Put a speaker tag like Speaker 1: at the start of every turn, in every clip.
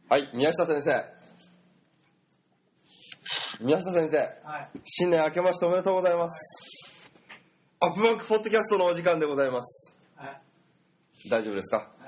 Speaker 1: はい、宮下先生。宮下先生、
Speaker 2: はい、
Speaker 1: 新年明けましておめでとうございます。はい、アップバンクポッドキャストのお時間でございます。
Speaker 2: はい、
Speaker 1: 大丈夫ですか？
Speaker 2: はい、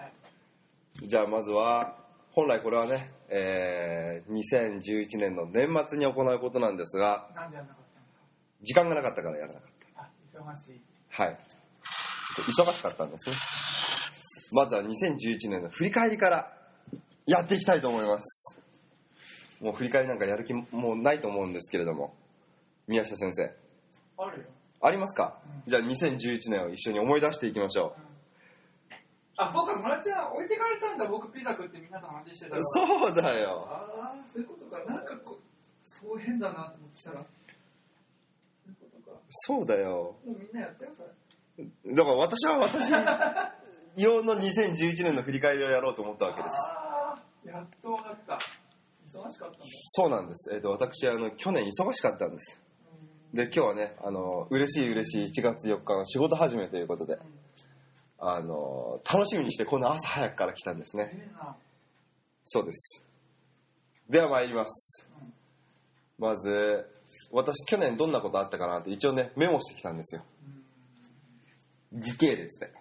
Speaker 1: じゃあまずは、本来これはね、2011年の年末に行うことなんですが、
Speaker 2: なんでやらなかったんですか？
Speaker 1: 時間がなかったからやらなかった。
Speaker 2: あ、忙しい。
Speaker 1: はい。ちょっと忙しかったんですね。まずは2011年の振り返りからやっていきたいと思います。もう振り返りなんかやる気もうないと思うんですけれども、宮下先生。
Speaker 2: あるよ。
Speaker 1: ありますか？
Speaker 2: うん、
Speaker 1: じゃあ2011年を一緒に思い出していきましょう。
Speaker 2: あ、そうか、村ちゃん置いてかれたんだ。僕ピザ食ってみんなと話してたら。
Speaker 1: そうだよ。
Speaker 2: ああ、そういうことか。なんかそう変だなと思ってたら。そういうことか。
Speaker 1: そうだよ。
Speaker 2: もうみんなやったよ、それ。
Speaker 1: だから私は私用の2011年の振り返りをやろうと思ったわけです。
Speaker 2: ああ、やっと分かった。忙しかったんだ。
Speaker 1: そうなんです。私去年忙しかったんです。で今日はね嬉しい1月4日の仕事始めということで、楽しみにしてこの朝早くから来たんですね。そうです。では参ります。まず私去年どんなことあったかなって一応ねメモしてきたんですよ。時系列で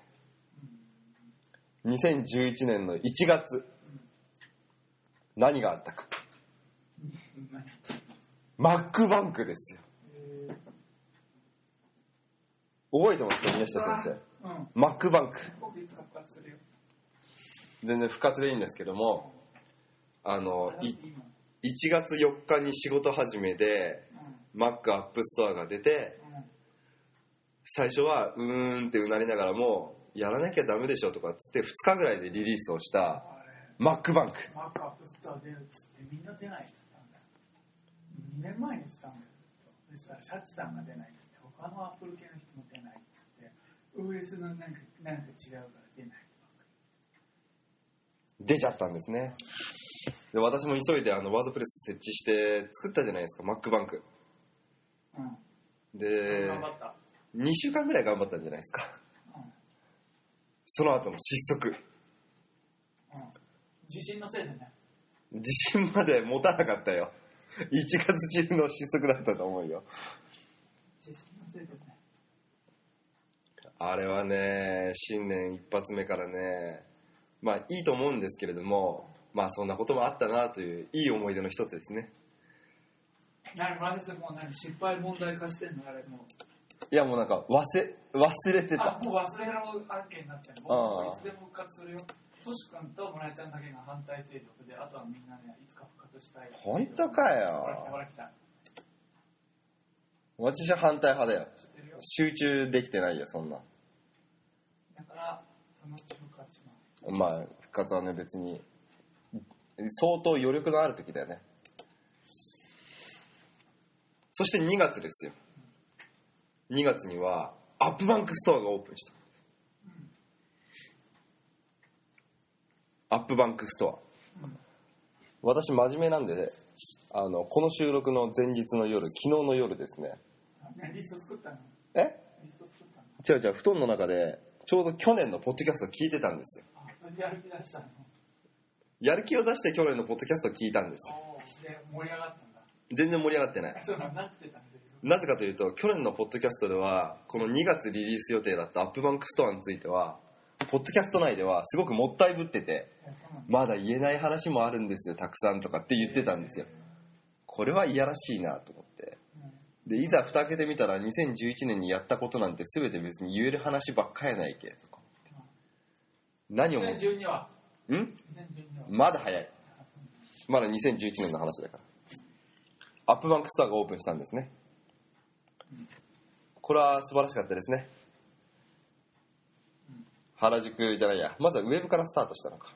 Speaker 1: 2011年の1月何があったか。マックバンクですよ。覚えてますか宮下先生？マックバンク。全然復活でいいんですけども、1月4日に仕事始めで、マックアップストアが出て、最初はうーんってうなりながらもやらなきゃダメでしょとかっつって2日ぐらいでリリースをしたマックバンク。
Speaker 2: マックアップストア出るっつってみんな出ないっつったんだよ。2年前にしたんだよ。そしたらシャチさんが出ないっつって他のアップル系の人も出ないっつって OS のなんか違うから出ない。
Speaker 1: 出ちゃったんですね。で私も急いでワードプレス設置して作ったじゃないですか、マックバンク。で
Speaker 2: 頑張った。
Speaker 1: 2週間ぐらい頑張ったんじゃないですか。その後の失速。
Speaker 2: 地震のせいでね。
Speaker 1: 地震まで持たなかったよ。1月中の失速だったと思うよ。
Speaker 2: 地震のせいでね。
Speaker 1: あれはね、新年一発目からね、まあいいと思うんですけれども、まあそんなこともあったなといういい思い出の一つですね。
Speaker 2: もう失敗問題化してんのあれもう。
Speaker 1: いやもうなんか忘れてた。
Speaker 2: もう忘れられる案件になってる。僕もいつでも復活するよ。トシ君と村井ちゃんだけが反対勢力で、あとはみんなね、いつか復活したい。
Speaker 1: 本当かよ。私は反対派だよ。集中できてないよ、そんな。
Speaker 2: だから、そのうち復活します。
Speaker 1: まあ、復活はね、別に、相当余力のある時だよね。そして2月ですよ。2月には、アップバンクストアがオープンした。アップバンクストア、私真面目なんで、この収録の前日の夜、昨日の夜ですね。
Speaker 2: リスト作ったの？
Speaker 1: リスト作ったの？違う布団の中でちょうど去年のポッドキャストを聞いてたんですよ。
Speaker 2: それでやる気出したの？
Speaker 1: やる気を出して去年のポッドキャストを聞いたんですよ。
Speaker 2: で盛り上がったんだ？全
Speaker 1: 然盛り上がってない。
Speaker 2: そうなんだってたんですよ。
Speaker 1: なぜかというと、去年のポッドキャストではこの2月リリース予定だったアップバンクストアについてはポッドキャスト内ではすごくもったいぶってて、まだ言えない話もあるんですよたくさんとかって言ってたんですよ。これはいやらしいなと思って、でいざ蓋開けてみたら2011年にやったことなんて全て別に言える話ばっかやないけとか、何を
Speaker 2: 2012は
Speaker 1: まだ早い。まだ2011年の話だから。アップバンクストアがオープンしたんですね。これは素晴らしかったですね。原宿じゃないや、まずはウェブからスタートしたのか。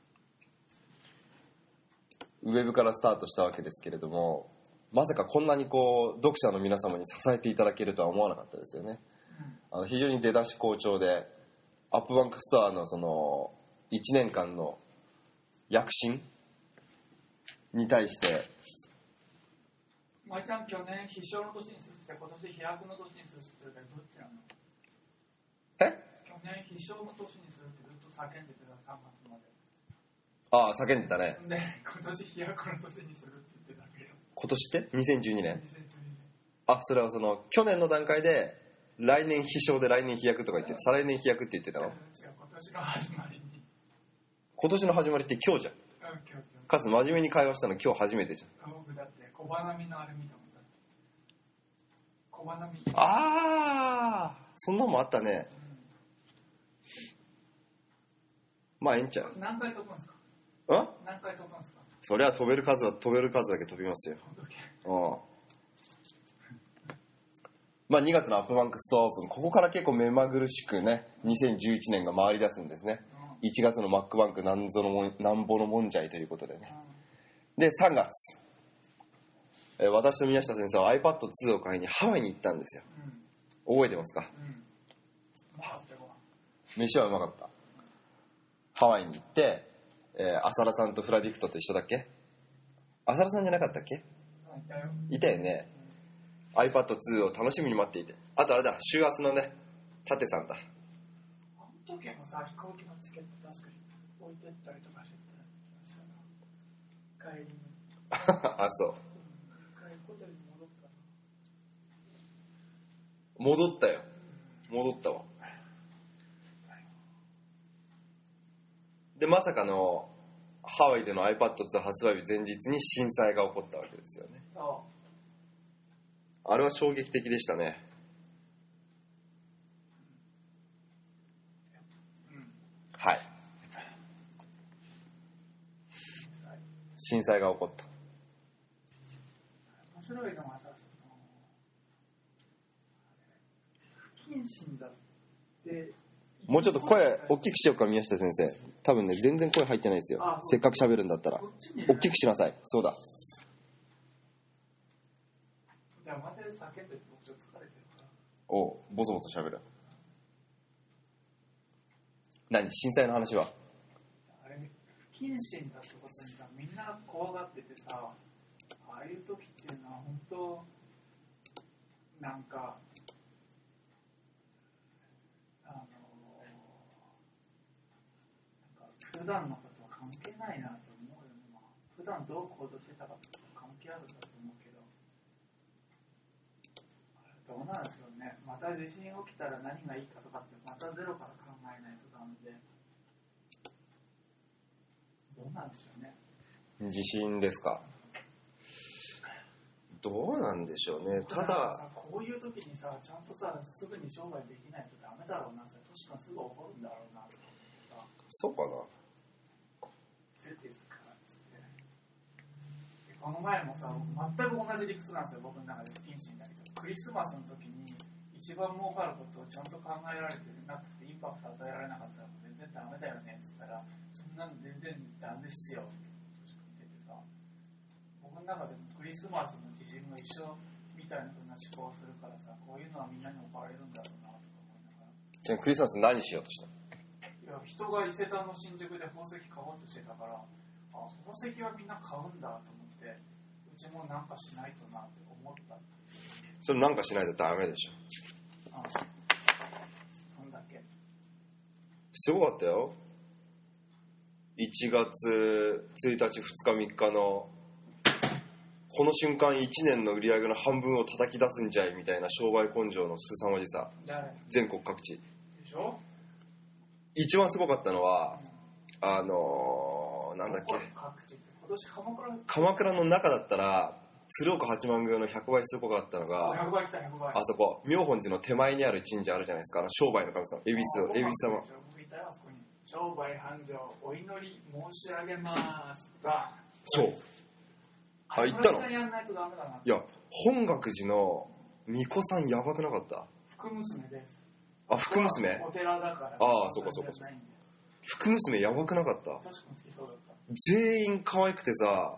Speaker 1: ウェブからスタートしたわけですけれども、まさかこんなに読者の皆様に支えていただけるとは思わなかったですよね。非常に出だし好調で、アップバンクストアのその1年間の躍進に対して
Speaker 2: まいちゃん去年必勝の年にするって今年飛躍の年にするって言ってたけどどっちなの？去年必勝の年にするってずっと叫んでてた3月まで。
Speaker 1: ああ、叫んでたね。
Speaker 2: で、今年飛躍の年にするって言ってたけど。
Speaker 1: 今年って ?2012 年。
Speaker 2: 2012年。
Speaker 1: あ、それはその、去年の段階で、来年飛翔で来年飛躍とか言ってる。再来年飛躍って言ってたの？
Speaker 2: 違う、今年の始まりに。
Speaker 1: 今年の始まりって今日じゃん。
Speaker 2: 今日。
Speaker 1: かつ真面目に会話したの今日初めてじゃん。
Speaker 2: 僕だって小花見のあれ見たもんだって。小花見。
Speaker 1: ああ、そんなのもあったね。まあええんちゃう。
Speaker 2: 何回飛ぶんですか？何回飛ぶんですか？
Speaker 1: そりゃ飛べる数だけ飛びますよ。まあ2月のアップバンクストアオープン、ここから結構目まぐるしくね、2011年が回り出すんですね。1月のマックバンクなんぼのもんじゃいということでね。で、3月。私と宮下先生は iPad2 を買いにハワイに行ったんですよ。覚えてますか？飯はうまかった。ハワイに行って、浅田さんとフラディクトと一緒だっけ？浅田さんじゃなかったっけ？いたよね。iPad2 を楽しみに待っていて。あとあれだ、週明日のね、タテさんだ。
Speaker 2: あの時もさ、飛行機のチケット確かに置いてったりとかしてた。帰りに。
Speaker 1: あ、そう。
Speaker 2: ホテルに戻ったの？
Speaker 1: 戻ったよ。戻ったわ。で、まさかのハワイでの iPad2 発売日前日に震災が起こったわけですよね。あれは衝撃的でしたね。はい。震災が起こった。
Speaker 2: 面白いのはさ、不謹慎だって。
Speaker 1: もうちょっと声大きくしようか、宮下先生。多分ね、全然声入ってないですよ。せっかく喋るんだったら。大きくしなさい。そうだ。
Speaker 2: じゃあ、待て叫んでて僕ちょっと疲れてるから。
Speaker 1: おう、ボソボソ喋る。何？震災の話は？
Speaker 2: あれ、不謹慎だってことにさ、みんな怖がっててさ、ああいう時っていうのは本当、なんか、普段のことは関係ないなと思うよね。普段どう行動してたかと関係あるんだと思うけど、どうなんでしょうね。また地震起きたら何がいいかとかってまたゼロから考えないとダメで、どうなんでしょうね。
Speaker 1: 地震ですか？どうなんでしょうね。ただ
Speaker 2: こういう時にさ、ちゃんとさ、すぐに商売できないとダメだろうな。確かにすぐ起こるんだろうなと思ってさ。
Speaker 1: そうかな。
Speaker 2: ですかつってこの前もさ、全く同じ理屈なんですよ。僕の中で不謹慎だけど、クリスマスの時に一番儲かることをちゃんと考えられてなくてインパクト与えられなかったら全然ダメだよねっつったら、そんなの全然ダメですよって言っててさ、僕の中でもクリスマスの地震が一緒みたいなふうな思考をするからさ、こういうのはみんなに怒られるんだろうなとか思いながら。
Speaker 1: じゃあクリスマス何しようとしたの？
Speaker 2: いや、人が伊勢丹の新宿で宝石買おうとしてたから、あ、宝石はみんな買うんだと思って、うちもなんかしないとなって思った。
Speaker 1: それなんかしないとダメでしょ。
Speaker 2: ああ、そんだけ。
Speaker 1: すごかったよ。1月1日2日3日のこの瞬間1年の売り上げの半分を叩き出すんじゃいみたいな商売根性の凄まじさ。全国各地
Speaker 2: でしょ。
Speaker 1: 一番すごかったのは、なんだっけ、
Speaker 2: 今年
Speaker 1: 鎌倉の中だったら鶴岡八幡宮の100倍すごかったのが、
Speaker 2: 100倍来た100倍。
Speaker 1: あそこ妙本寺の手前にある神社あるじゃないですか。商売の神様、恵比寿様。
Speaker 2: 商売繁盛お祈り申し上げますが、
Speaker 1: そう、あ、行ったの？
Speaker 2: やんないとダメだな。
Speaker 1: いや、本覚寺の巫女さんやばくなかった？
Speaker 2: 福娘です。
Speaker 1: あ、福娘？
Speaker 2: お寺だから。
Speaker 1: ああ、そうか。福娘やばくなかった？全員可愛くてさ。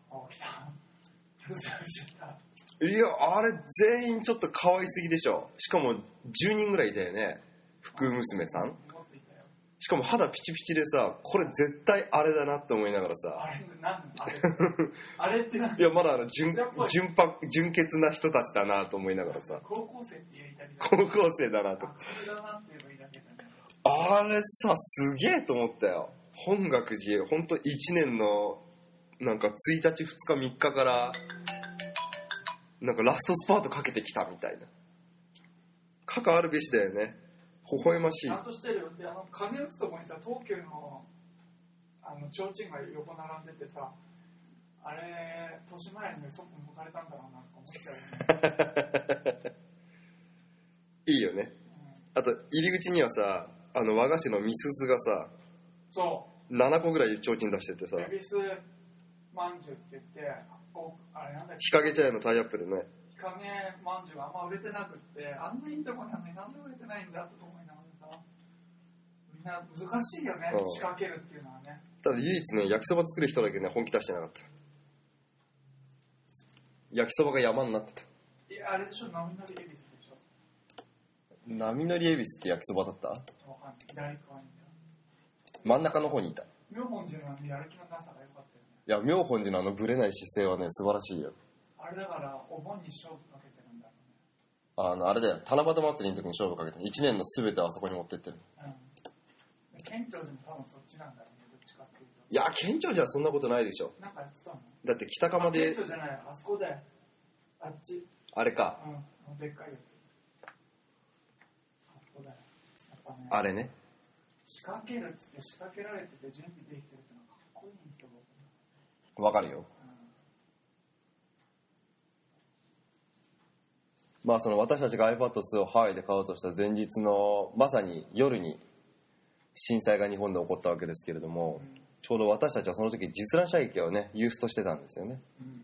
Speaker 1: いや、あれ全員ちょっと可愛すぎでしょ。しかも10人ぐらいいたよね、福娘さん。しかも肌ピチピチでさ、これ絶対あれだなって思いながらさ。
Speaker 2: あれって何？
Speaker 1: いや、まだ純潔な人たちだなと思いながらさ。
Speaker 2: 高校生って言いたい。
Speaker 1: 高校生だなと。
Speaker 2: それだなって言えばいいだけだね。
Speaker 1: あれさ、すげえと思ったよ。 本学寺ほんと1年のなんか1日2日3日からなんかラストスパートかけてきたみたいな。関わるべしだよね。微笑ましい。
Speaker 2: ちゃんとしてるよ。で、鐘打つとこにさ、東急の提灯が横並んでてさ、あれ、豊島園でそこ向かれたんだろうなとか思っちゃうよね。
Speaker 1: いいよね。あと、入り口にはさ、和菓子のみすずがさ、
Speaker 2: そう。
Speaker 1: 7個ぐらい提灯出しててさ、
Speaker 2: 恵比寿まんじゅうって言って、あれなんだっけ、
Speaker 1: 日陰茶屋のタイアップでね。
Speaker 2: 日陰まんじゅうがあんま売れてなくって、あんないいとこなのになんで売れてないんだと思いながらさ、みんな難しいよね、仕掛けるっていうのはね。
Speaker 1: ただ唯一ね、焼きそば作る人だけね、本気出してなかった。焼きそばが山になってた。
Speaker 2: いや、あれでしょ、波乗り恵比寿でしょ。
Speaker 1: 波乗り恵比寿って焼きそばだった？
Speaker 2: わかんない。左側にいた。
Speaker 1: 真ん中の方にいた。
Speaker 2: 妙本寺のやる気のなさが良かったよね。
Speaker 1: いや、妙本寺のブレない姿勢はね、素晴らしいよ。
Speaker 2: あれだからお盆に勝負かけてるんだろうね。
Speaker 1: あれだよ、七夕祭りの時に勝負かけて、1年の全てをあそこに持ってってる。
Speaker 2: 県庁でも多分そっちなんだろうね、どっちかっていうと。
Speaker 1: いや、県庁じゃそんなことないでしょ。
Speaker 2: なんかやってたの？
Speaker 1: だって北釜で。
Speaker 2: 県庁じゃない、あそこで。あっち。
Speaker 1: あれか。
Speaker 2: でっかいやつ。あそこだよ。やっぱね。
Speaker 1: あれね。
Speaker 2: 仕掛けるっつって仕掛けられてて準備できてるってのはかっこいいんですよ、僕。
Speaker 1: わかるよ。まあその私たちが iPad2 をハワイで買おうとした前日のまさに夜に震災が日本で起こったわけですけれども、ちょうど私たちはその時実弾射撃をねユースとしてたんですよね。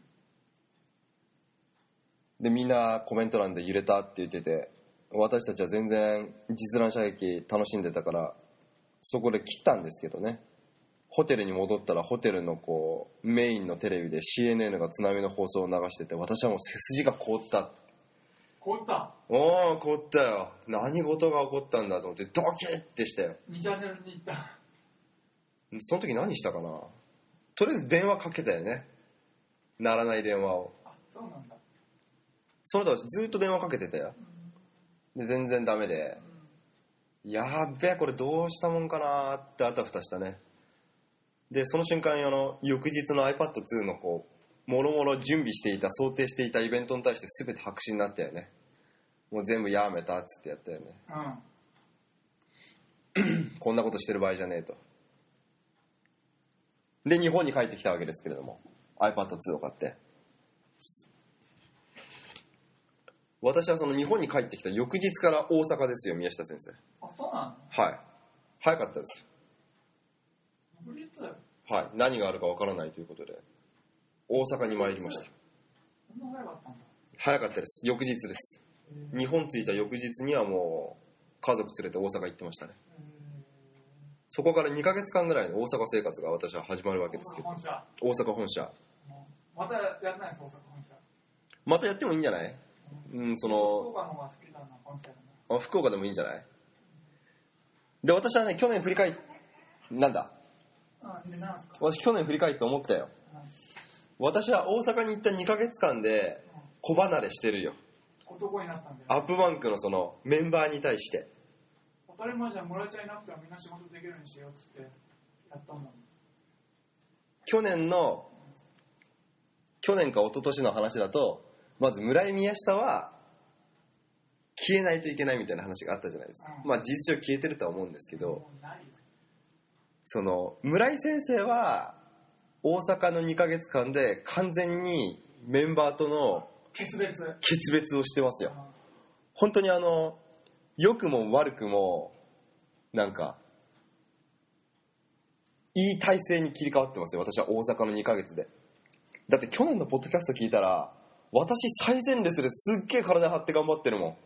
Speaker 1: でみんなコメント欄で揺れたって言ってて、私たちは全然実弾射撃楽しんでたからそこで切ったんですけどね。ホテルに戻ったらホテルのこうメインのテレビで CNN が津波の放送を流してて、私はもう背筋が凍った。
Speaker 2: 凍った？
Speaker 1: おー、凍ったよ。何事が起こったんだと思ってドキッてしたよ。
Speaker 2: 2チャンネルに行った。
Speaker 1: その時何したかな。とりあえず電話かけたよね。鳴らない電話を。
Speaker 2: あ、そうなんだ。
Speaker 1: その時ずっと電話かけてたよ。で全然ダメで、やっべえこれどうしたもんかなってあたふたしたね。でその瞬間翌日の iPad2 のこうもろもろ準備していた想定していたイベントに対して全て白紙になったよね。もう全部やめたっつってやったよね。こんなことしてる場合じゃねえと。で日本に帰ってきたわけですけれども iPad2 を買って、私はその日本に帰ってきた翌日から大阪ですよ。宮下先生。
Speaker 2: あ、そうなの？
Speaker 1: はい、早かったです。
Speaker 2: 翌日？
Speaker 1: はい、何があるかわからないということで大阪に参りました。
Speaker 2: そんな早かったんだ。
Speaker 1: 早かったです。翌日です。日本着いた翌日にはもう家族連れて大阪行ってましたね。そこから2ヶ月間ぐらいの大阪生活が私は始まるわけですけど。大阪本社。
Speaker 2: またやらないです、大阪本社。
Speaker 1: またやってもいいんじゃない？
Speaker 2: 福岡の方が好きだな、本社だな。
Speaker 1: 福岡でもいいんじゃない？で私はね去年振り返ってなんだ？私去年振り返って思ったよ。私は大阪に行った2ヶ月間で子離れしてるよ。
Speaker 2: 男になったんだよ。
Speaker 1: アップバンクのそのメンバーに対して。
Speaker 2: 当たり前じゃん、もらえちゃいなくてもみんな仕事できるようにしようっつってやったんだもん。
Speaker 1: 去年か一昨年の話だと、まず村井宮下は消えないといけないみたいな話があったじゃないですか。まあ事実上消えてるとは思うんですけど、その村井先生は大阪の2ヶ月間で完全にメンバーとの決別をしてますよ。本当に良くも悪くもなんかいい体制に切り替わってますよ。私は大阪の2ヶ月で。だって去年のポッドキャスト聞いたら私最前列ですっげえ体張って頑張ってるもん。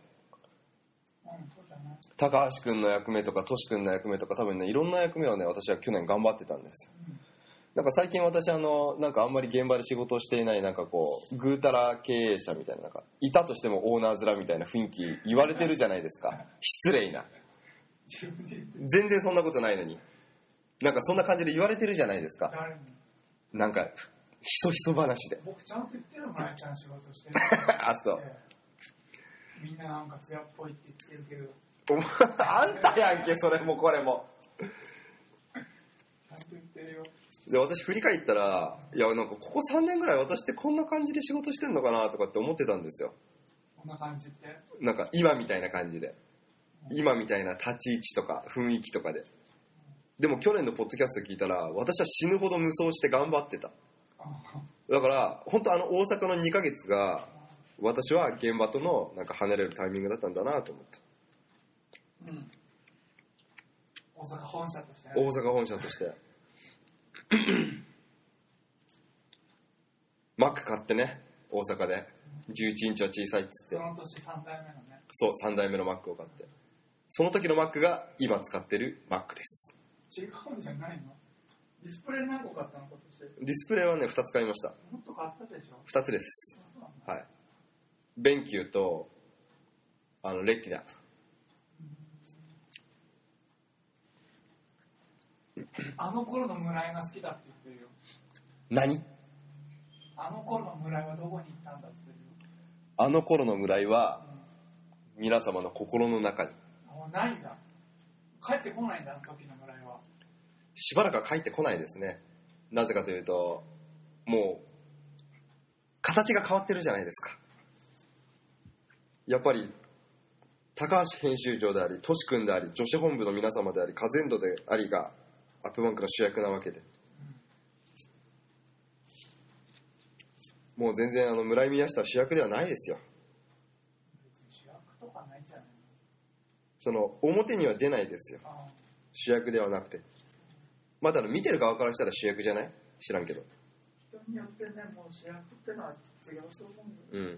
Speaker 1: 高橋くんの役目とかトシくんの役目とか多分ねいろんな役目をね私は去年頑張ってたんですよ。なんか最近私なんかあんまり現場で仕事をしていないなんかこうぐうたら経営者みたいな、なんかいたとしてもオーナー面みたいな雰囲気言われてるじゃないですか。失礼な。全然そんなことないのになんかそんな感じで言われてるじゃないですか。なんかひそひそ話で。
Speaker 2: 僕ちゃんと言ってるもんね、ちゃん仕事してる。
Speaker 1: あ、そう。
Speaker 2: みんななんか艶っぽいって言ってるけど。
Speaker 1: あんたやんけそれもこれも。
Speaker 2: 最るよ。
Speaker 1: で私振り返ったら、いやなんかここ3年ぐらい私ってこんな感じで仕事してんのかなとかって思ってたんですよ。
Speaker 2: こんな感じって。
Speaker 1: なんか今みたいな感じで、今みたいな立ち位置とか雰囲気とかで。でも去年のポッドキャスト聞いたら、私は死ぬほど無双して頑張ってた。だから本当大阪の2ヶ月が私は現場とのなんか離れるタイミングだったんだなと思った。
Speaker 2: うん。大阪本社として、ね。
Speaker 1: 大阪本社としてマック買ってね、大阪で11インチは小さいっつって、
Speaker 2: その年3代目のね。
Speaker 1: そう3代目のマックを買って、その時のマックが今使ってるマックです。
Speaker 2: 違うんじゃないの？ディスプレイ何個買ったの今年？
Speaker 1: ディスプレイはね2つ買いました。
Speaker 2: もっと買ったでしょ
Speaker 1: ？2つです。はい。ベンキューとレティナ。
Speaker 2: あの頃の村井が好きだって言ってるよ。
Speaker 1: 何？
Speaker 2: あの頃の村井はどこに行ったんだって言ってるよ。
Speaker 1: あの頃の村井は、皆様の心の中に。
Speaker 2: もうないんだ。帰ってこないんだ、あの時の村井は。
Speaker 1: しばらくは帰ってこないですね。なぜかというと、もう形が変わってるじゃないですか。やっぱり高橋編集長であり、トシ君であり、女子本部の皆様であり、カゼンドでありがアップバンクの主役なわけで、もう全然村井宮下は主役ではないですよ。
Speaker 2: 別に主役とかないんじゃないの？
Speaker 1: その表には出ないですよ。主役ではなくて、まだ見てる側からしたら主役じゃない？知らんけど。
Speaker 2: 人によってね、もう主役ってのは違うと思うんだよ。
Speaker 1: うん。
Speaker 2: い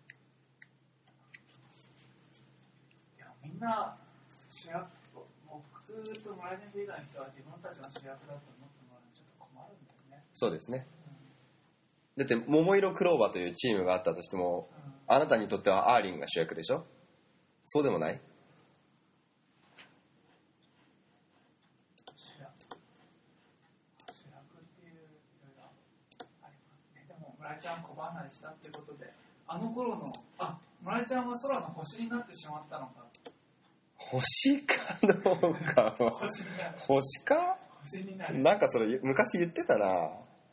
Speaker 2: や、みんな主役、僕と村井先生以外の人は自分たちが主役だと思ってもらうとちょっと困るんだよね。
Speaker 1: そうですね。だって桃色クローバーというチームがあったとしても、あなたにとってはアーリンが主役でしょ？そうでもない？
Speaker 2: 主役っていういろいろありますね。でも村井ちゃん小離れしたっていうことで、あの頃の村井ちゃんは空の星になってしまったのか。
Speaker 1: 星かどうかは
Speaker 2: 星になる。
Speaker 1: 星か？
Speaker 2: 星になる。
Speaker 1: なんかそれ昔言ってたな。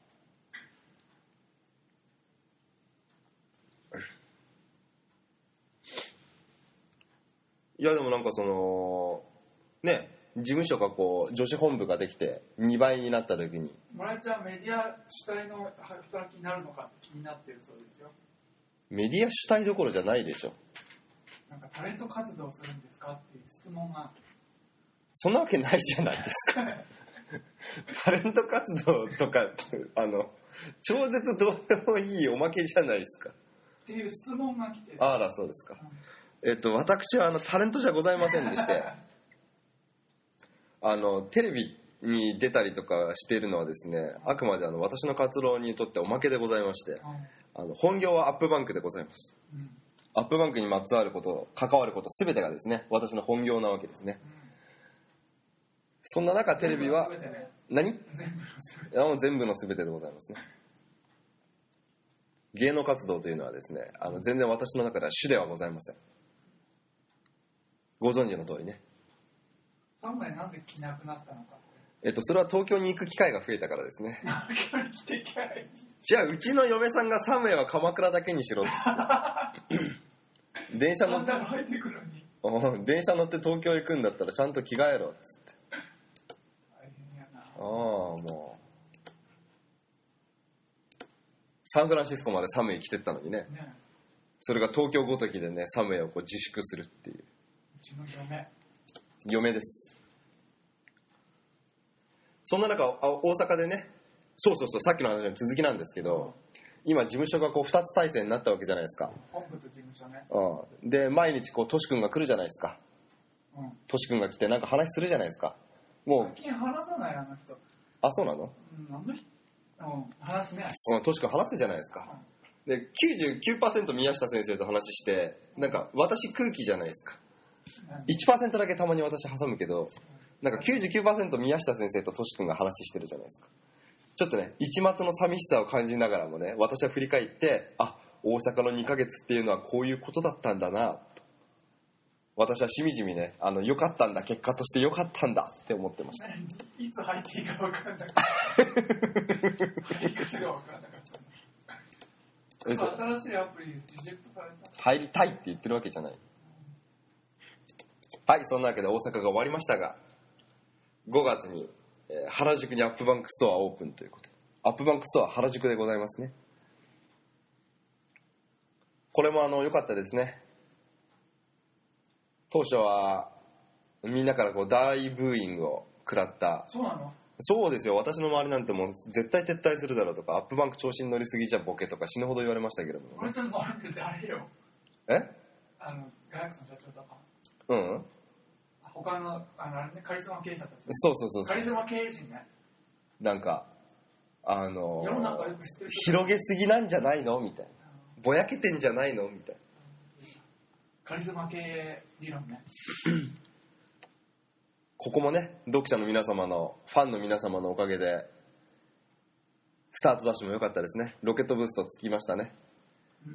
Speaker 1: いやでもなんかね、事務所がこう女子本部ができて2倍になった時に、
Speaker 2: 村井ちゃんメディア主体の働きになるのかって気になってるそうですよ。
Speaker 1: メディア主体どころじゃないでしょ。
Speaker 2: なんかタレント活動するんですかっていう質問が。
Speaker 1: そんなわけないじゃないですか。タレント活動とか超絶どうでもいいおまけじゃないですか
Speaker 2: っていう質問が来てる。
Speaker 1: あらそうですか。私はタレントじゃございませんでしてテレビに出たりとかしているのはですね、あくまで私の活動にとっておまけでございまして、本業はアップバンクでございます、アップバンクにまつわること関わること全てがですね私の本業なわけですね、そんな中テレビは何？全部の全てでございますね。芸能活動というのはですね全然私の中では主ではございません。ご存知の通りね。
Speaker 2: 3名なんで着なくなったのか。
Speaker 1: それは東京に行く機会が増えたからですね。
Speaker 2: 東京に来てきゃいい。
Speaker 1: じゃあうちの嫁さんが3名は鎌倉だけにしろって電車乗って東京行くんだったらちゃんと着替えろっつって。
Speaker 2: 大変やな。
Speaker 1: もうサンフランシスコまで3名来てったのに ね、それが東京ごときでね3名をこう自粛するっていう。
Speaker 2: うちの
Speaker 1: 嫁です。そんな中大阪でね、そうさっきの話の続きなんですけど、今事務所がこう2つ体制になったわけじゃないですか。
Speaker 2: 本部と事務所ね。
Speaker 1: で毎日こうトシ君が来るじゃないですか。トシ君が来てなんか話するじゃないですか。もう
Speaker 2: 最近話さないあの人。
Speaker 1: あ、そうなの？
Speaker 2: 話すね。
Speaker 1: トシ君話すじゃないですか。で 99% 宮下先生と話して、なんか私空気じゃないですか。1% だけたまに私挟むけど、なんか 99% 宮下先生とトシ君が話してるじゃないですか。ちょっとね一抹の寂しさを感じながらもね、私は振り返って大阪の2ヶ月っていうのはこういうことだったんだなと。 私はしみじみね、良かったんだ、結果として良かったんだって思ってました。
Speaker 2: いつ入っていいか分かんなかった。入り方が分かんなかった。新しいアプリリジェクトされた。
Speaker 1: 入りたいって言ってるわけじゃない。はい、そんなわけで大阪が終わりましたが、5月に、原宿にアップバンクストアオープンということで、アップバンクストア原宿でございますね。これも良かったですね。当初はみんなからこう大ブーイングを食らった。
Speaker 2: そうなの？
Speaker 1: そうですよ。私の周りなんてもう絶対撤退するだろうとか、アップバンク調子に乗りすぎじゃボケとか死ぬほど言われましたけれども、ね。
Speaker 2: 俺ちょっと待ってて、あれよ。
Speaker 1: え？
Speaker 2: ガラクスの社長とか。
Speaker 1: うん。
Speaker 2: 他のあれね、カリスマ経営者たち、ね。
Speaker 1: そう。
Speaker 2: カリスマ経営陣ね。
Speaker 1: なんか
Speaker 2: 世の中よく知ってる人
Speaker 1: 広げすぎなんじゃないのみたいな。ぼやけてんじゃないのみたいな。
Speaker 2: カリスマ経営理論ね。
Speaker 1: ここもね、読者の皆様のファンの皆様のおかげでスタートダッシュも良かったですね。ロケットブーストつきましたね。
Speaker 2: うん。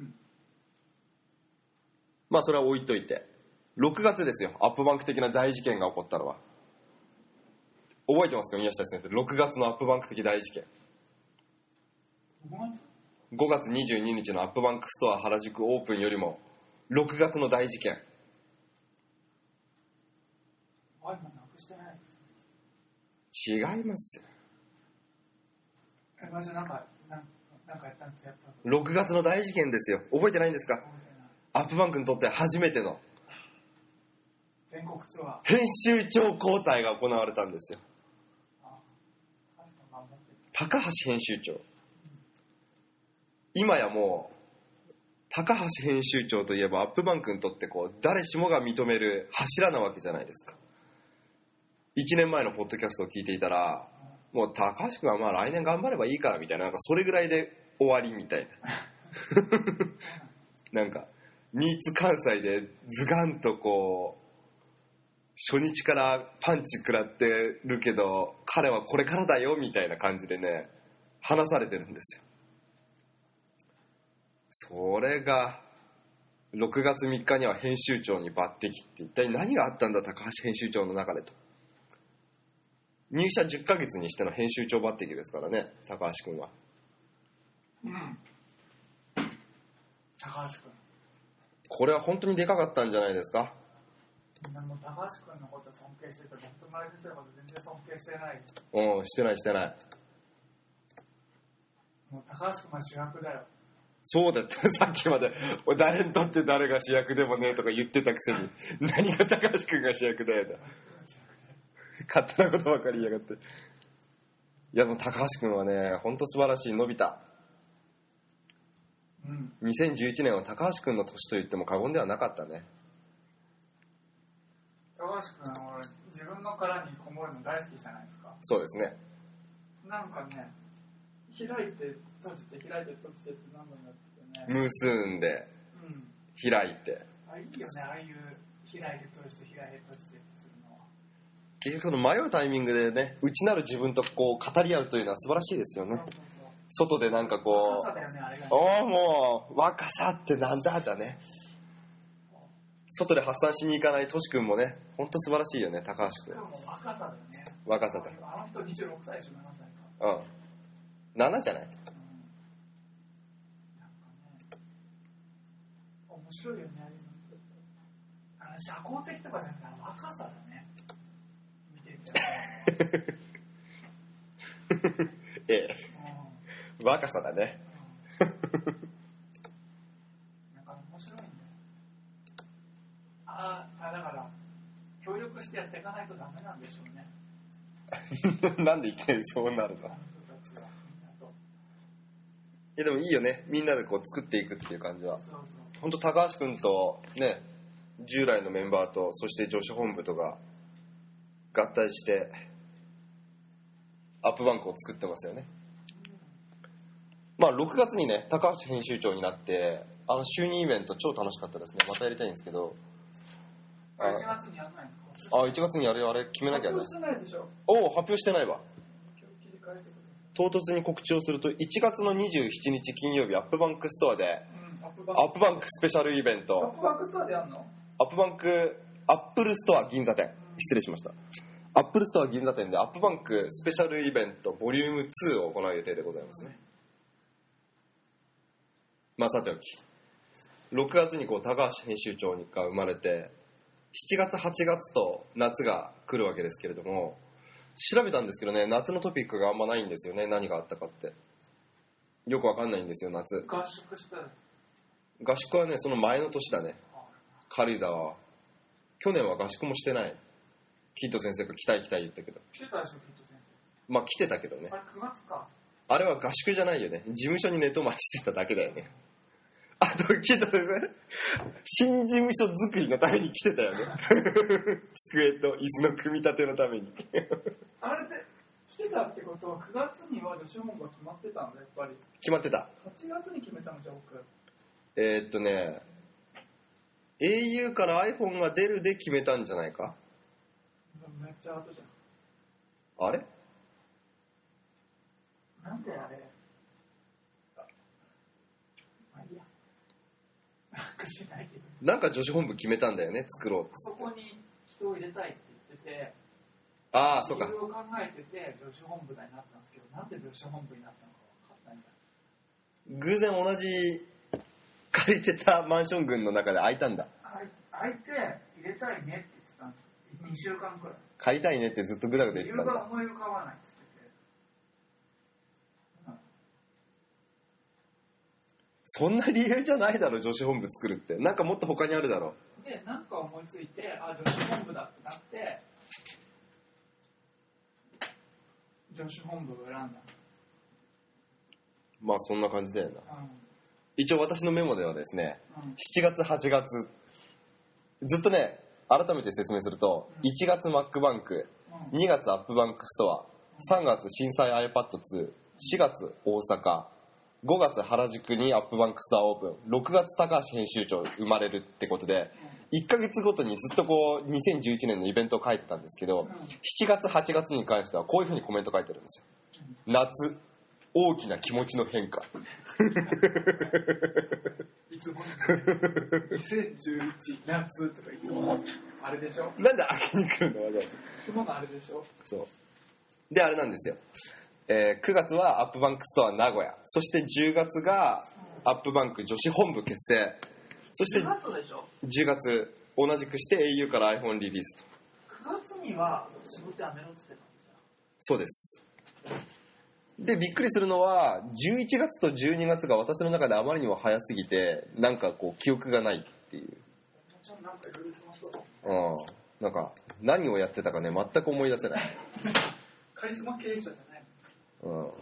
Speaker 1: まあそれは置いといて、6月ですよ。アップバンク的な大事件が起こったのは。覚えてますか、宮下先生。6月のアップバンク的大事件。5月22日のアップバンクストア原宿オープンよりも6月の大事件。
Speaker 2: あ、今なくしてないです。
Speaker 1: 違いますよ。
Speaker 2: マジなんかやったんですよ。
Speaker 1: 6月の大事件ですよ。覚えてないんですか？アップバンクにとって初めての
Speaker 2: 全国ツアー
Speaker 1: 編集長交代が行われたんですよ。高橋編集長。今やもう高橋編集長といえばアップバンクにとってこう誰しもが認める柱なわけじゃないですか。1年前のポッドキャストを聞いていたら、もう高橋君はまあ来年頑張ればいいからみたいな、なんかそれぐらいで終わりみたいななんかミーツ関西でズガンとこう初日からパンチ食らってるけど彼はこれからだよみたいな感じでね話されてるんですよ。それが6月3日には編集長に抜擢って一体何があったんだ高橋編集長の中でと。入社10ヶ月にしての編集長抜擢ですからね、高橋君は。
Speaker 2: うん。高橋君。
Speaker 1: これは本当にでかかったんじゃないですか。
Speaker 2: みんなもう高橋君のこと尊敬してて、僕と前先生のこと全然尊敬してない。
Speaker 1: うん、してない。
Speaker 2: もう高橋君は主役だよ。
Speaker 1: そうだったさっきまで誰にとって誰が主役でもねえとか言ってたくせに何が高橋君が主役だよだ勝手なことばかり言いやがって。いやでも高橋君はね本当素晴らしい。伸びた。
Speaker 2: うん、
Speaker 1: 2011年は高橋君の年と言っても過言ではなかったね。
Speaker 2: 高橋君は自分の殻にこもるの大好きじゃないですか。
Speaker 1: そうですね。
Speaker 2: なんかね開いて閉じて開いて閉じてって何度もやっててね、
Speaker 1: ムースーンで開いて、
Speaker 2: あ、いいよね、ああいう開いて閉じて開いて閉じてってするのは。
Speaker 1: 結局その迷うタイミングでね内なる自分とこう語り合うというのは素晴らしいですよね。
Speaker 2: そう
Speaker 1: 外でなんかこう
Speaker 2: 若さだよね、あれがね。
Speaker 1: おーもう若さってなんだだね。外で発散しに行かないトシ君もね本当素晴らしいよね。高橋君
Speaker 2: も若さだよね。
Speaker 1: 若さだ。
Speaker 2: あの人26歳でしょ、7歳か。
Speaker 1: うん7じゃない、
Speaker 2: なんかね面白いよね、社交的とかじゃなくて若さだね、見てて
Speaker 1: ええ、若さだね
Speaker 2: なんか面白いんだよ。だから協力してやっていかないとダメなんでしょうね
Speaker 1: なんでいきなりそうなるの。でもいいよね、みんなでこう作っていくっていう感じは。本当高橋君とね従来のメンバーとそして女子本部とが合体してアップバンクを作ってますよね。まあ6月にね高橋編集長になって就任イベント超楽しかったですね。またやりたいんですけど。
Speaker 2: 1月にやらないんですか。
Speaker 1: 1月にあれ決めなきゃね。
Speaker 2: 発表してないでしょ。
Speaker 1: 発表してないわ。唐突に告知をすると1月の27日金曜日アップバンクストアで、アップバンクスペシャルイベント。
Speaker 2: アップバンクストアでやるの？
Speaker 1: アップバンクアップルストア銀座店、失礼しました。アップルストア銀座店でアップバンクスペシャルイベントボリューム2を行う予定でございますね。まあさておき、6月に高橋編集長が生まれて、7月8月と夏が来るわけですけれども、調べたんですけどね、夏のトピックがあんまないんですよね。何があったかってよくわかんないんですよ。夏
Speaker 2: 合宿したら
Speaker 1: 合宿はね、その前の年だね。軽井沢は去年は合宿もしてない。キッド先生が来たい言ったけど、
Speaker 2: 来てたでしょ、キッド先生。
Speaker 1: まあ来てたけどね。
Speaker 2: あれ9月か。
Speaker 1: あれは合宿じゃないよね。事務所に寝泊まりしてただけだよね。あとキッド先生、新事務所作りのために来てたよね。机と椅子の組み立てのために。
Speaker 2: あれで来てたってことは9月には女子本部が決まってたので、やっぱり
Speaker 1: 決まってた。
Speaker 2: 8月に決めたのじゃ僕。
Speaker 1: au から iPhone が出るで決めたんじゃないか。
Speaker 2: めっちゃ後じゃん。
Speaker 1: あれ
Speaker 2: なんであれ、まあいいや。なんかしないけど。
Speaker 1: なんか女子本部決めたんだよね、作ろうって。
Speaker 2: そこに人を入れたいって言ってて、
Speaker 1: ああ、そうか。
Speaker 2: 理由を考えてて女子本部になったんですけど、なんで女子本部になったのか分かんないんだ。
Speaker 1: 偶然同じ借りてたマンション群の中で空いたんだ。
Speaker 2: 空いて入れたいねって言ってたんです。2週間くらい。
Speaker 1: 借りたいねってずっとグダグダ
Speaker 2: 理由
Speaker 1: 言ってたんだ。
Speaker 2: が思い浮かばないって言ってて。
Speaker 1: そんな理由じゃないだろ、女子本部作るって。なんかもっと他にあるだろ。
Speaker 2: で、なんか思いついて、あ、女子本部だってなって、女子本部を選んだ。
Speaker 1: まあそんな感じだよな。
Speaker 2: うん、
Speaker 1: 一応私のメモではですね、
Speaker 2: うん、
Speaker 1: 7月8月ずっとね、改めて説明すると、1月マックバンク、2月アップバンクストア、3月震災 iPad2、4月大阪、5月原宿にアップバンクストアオープン、6月高橋編集長生まれるってことで、1ヶ月ごとにずっとこう2011年のイベントを書いてたんですけど、7月8月に関してはこういうふうにコメント書いてるんですよ。夏、大きな気持ちの変化。
Speaker 2: いつも2011夏とかいつもあれでしょ。
Speaker 1: なんで開けに来るのわざわざ。
Speaker 2: いつものあれでしょ。
Speaker 1: そう。で、あれなんですよ。9月はアップバンクストア名古屋。そして10月がアップバンク女子本部結成。そして
Speaker 2: 10月でしょ。
Speaker 1: 10月、同じくして au から iPhone リリースと。
Speaker 2: 9月には仕事やめろって言ってたんですよ。
Speaker 1: そうです。で、びっくりするのは、11月と12月が私の中であまりにも早すぎて、なんかこう、記憶がないっていう。
Speaker 2: なんかいろいろしましょ
Speaker 1: う。なんか、何をやってたかね、全く思い出せない。
Speaker 2: カリスマ経営者じゃないの。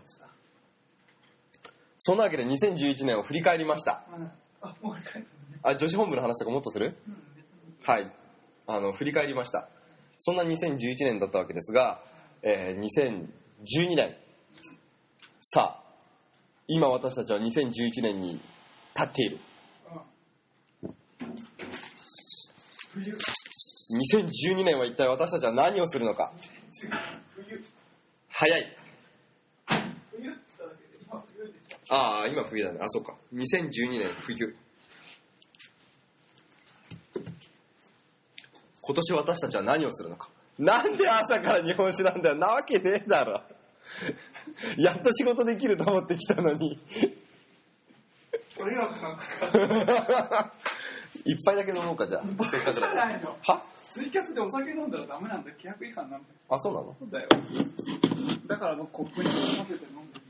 Speaker 1: そんなわけで2011年を振り返りました。
Speaker 2: あ、もう振り返ったのね。
Speaker 1: あ、女子本部の話とかもっとする？はい。振り返りました。そんな2011年だったわけですが、2012年。さあ、今私たちは2011年に立っている。
Speaker 2: 冬。
Speaker 1: 2012年は一体私たちは何をするのか。
Speaker 2: 冬。
Speaker 1: 早い。
Speaker 2: 冬って言っただけで今冬でしょ。
Speaker 1: ああ、今冬だね。あ、そうか。2012年冬。今年私たちは何をするのか。なんで朝から日本酒なんだよ。なわけねえだろ。やっと仕事できると思ってきたのに。
Speaker 2: 俺らさん
Speaker 1: 一杯だけ飲もうか、じゃあ。せっかく
Speaker 2: じゃないの。
Speaker 1: は？
Speaker 2: ツイキャスでお酒飲んだらダメなんだよ。規約違反なんだよ。
Speaker 1: あ、そうなの？
Speaker 2: そうだよ。だからコップに飲ませて飲んで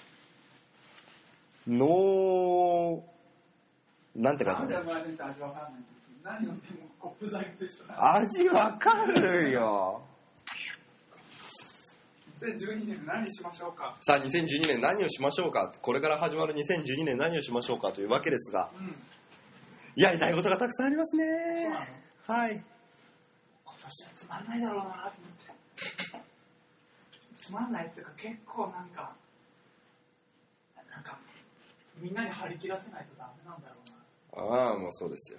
Speaker 2: るんだよ。
Speaker 1: なんて書いてある？
Speaker 2: なんでお前先生味わかんないんだよ。何飲んでもコップ剤と一緒だ。
Speaker 1: 味わかるよ。
Speaker 2: 2012年何しましょうか。
Speaker 1: さあ、2012年何をしましょうか。これから始まる2012年何をしましょうかというわけですが、やりたいことがたくさんありますね。
Speaker 2: そうなの？
Speaker 1: はい。
Speaker 2: 今年はつまんないだろうなと思って。つまんないっていうか結構なんかみんなに張り切らせないとダメなんだろうな。
Speaker 1: ああ、もうそうですよ。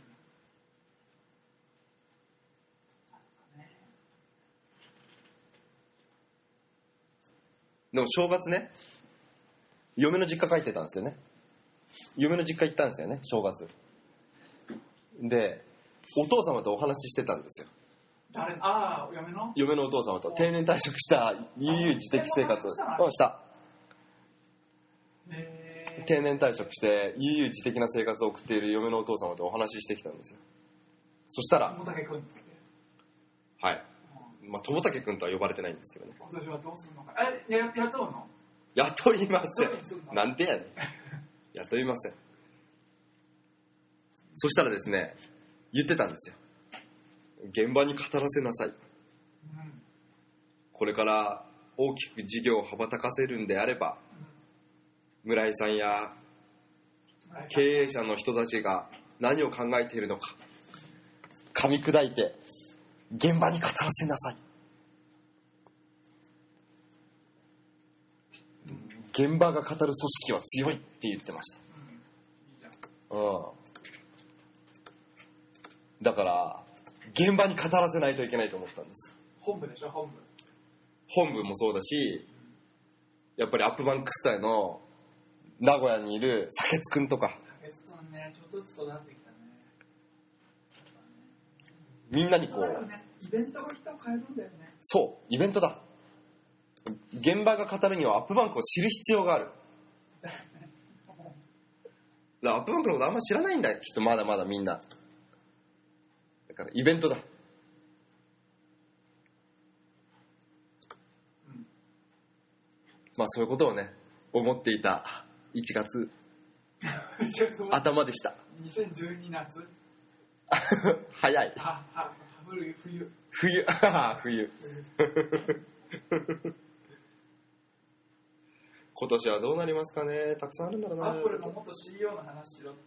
Speaker 1: でも正月ね、嫁の実家帰ってたんですよね。嫁の実家行ったんですよね、正月。で、 お父様とお話ししてたんですよ。
Speaker 2: 嫁の
Speaker 1: 嫁のお父様と定年退職した悠々自適生活をした。定年退職して悠々自適な生活を送っている嫁のお父様とお話ししてきたんですよ。そしたら、
Speaker 2: 友武君って
Speaker 1: はい、友武君とは呼ばれてないんですけどね。
Speaker 2: 今年はどうするのか。雇うの？
Speaker 1: 雇いません。なんでやねん。雇いません。そしたらですね、言ってたんですよ。現場に語らせなさい。これから大きく事業を羽ばたかせるんであれば、村井さんや経営者の人たちが何を考えているのか、噛み砕いて現場に語らせなさい。現場が語る組織は強いって言ってました。だから現場に語らせないといけないと思ったんです。
Speaker 2: 本部でしょ、本部。
Speaker 1: 本部もそうだし、やっぱりアップバンクスタイの名古屋にいる酒津くんとか。
Speaker 2: 酒津くんね、ちょっとずつ育ってきたね。
Speaker 1: みんなにこう、
Speaker 2: イベントが人を変えるんだよね。
Speaker 1: そう、イベントだ。現場が語るにはアップバンクを知る必要がある。だからアップバンクのことあんま知らないんだよ、きっとまだまだみんな。だからイベントだ。そういうことをね、思っていた1月頭でした。
Speaker 2: 2012夏
Speaker 1: 早い。冬今年はどうなりますかね。たくさんあるんだろうな。
Speaker 2: アップルの元 CEO の話しろ。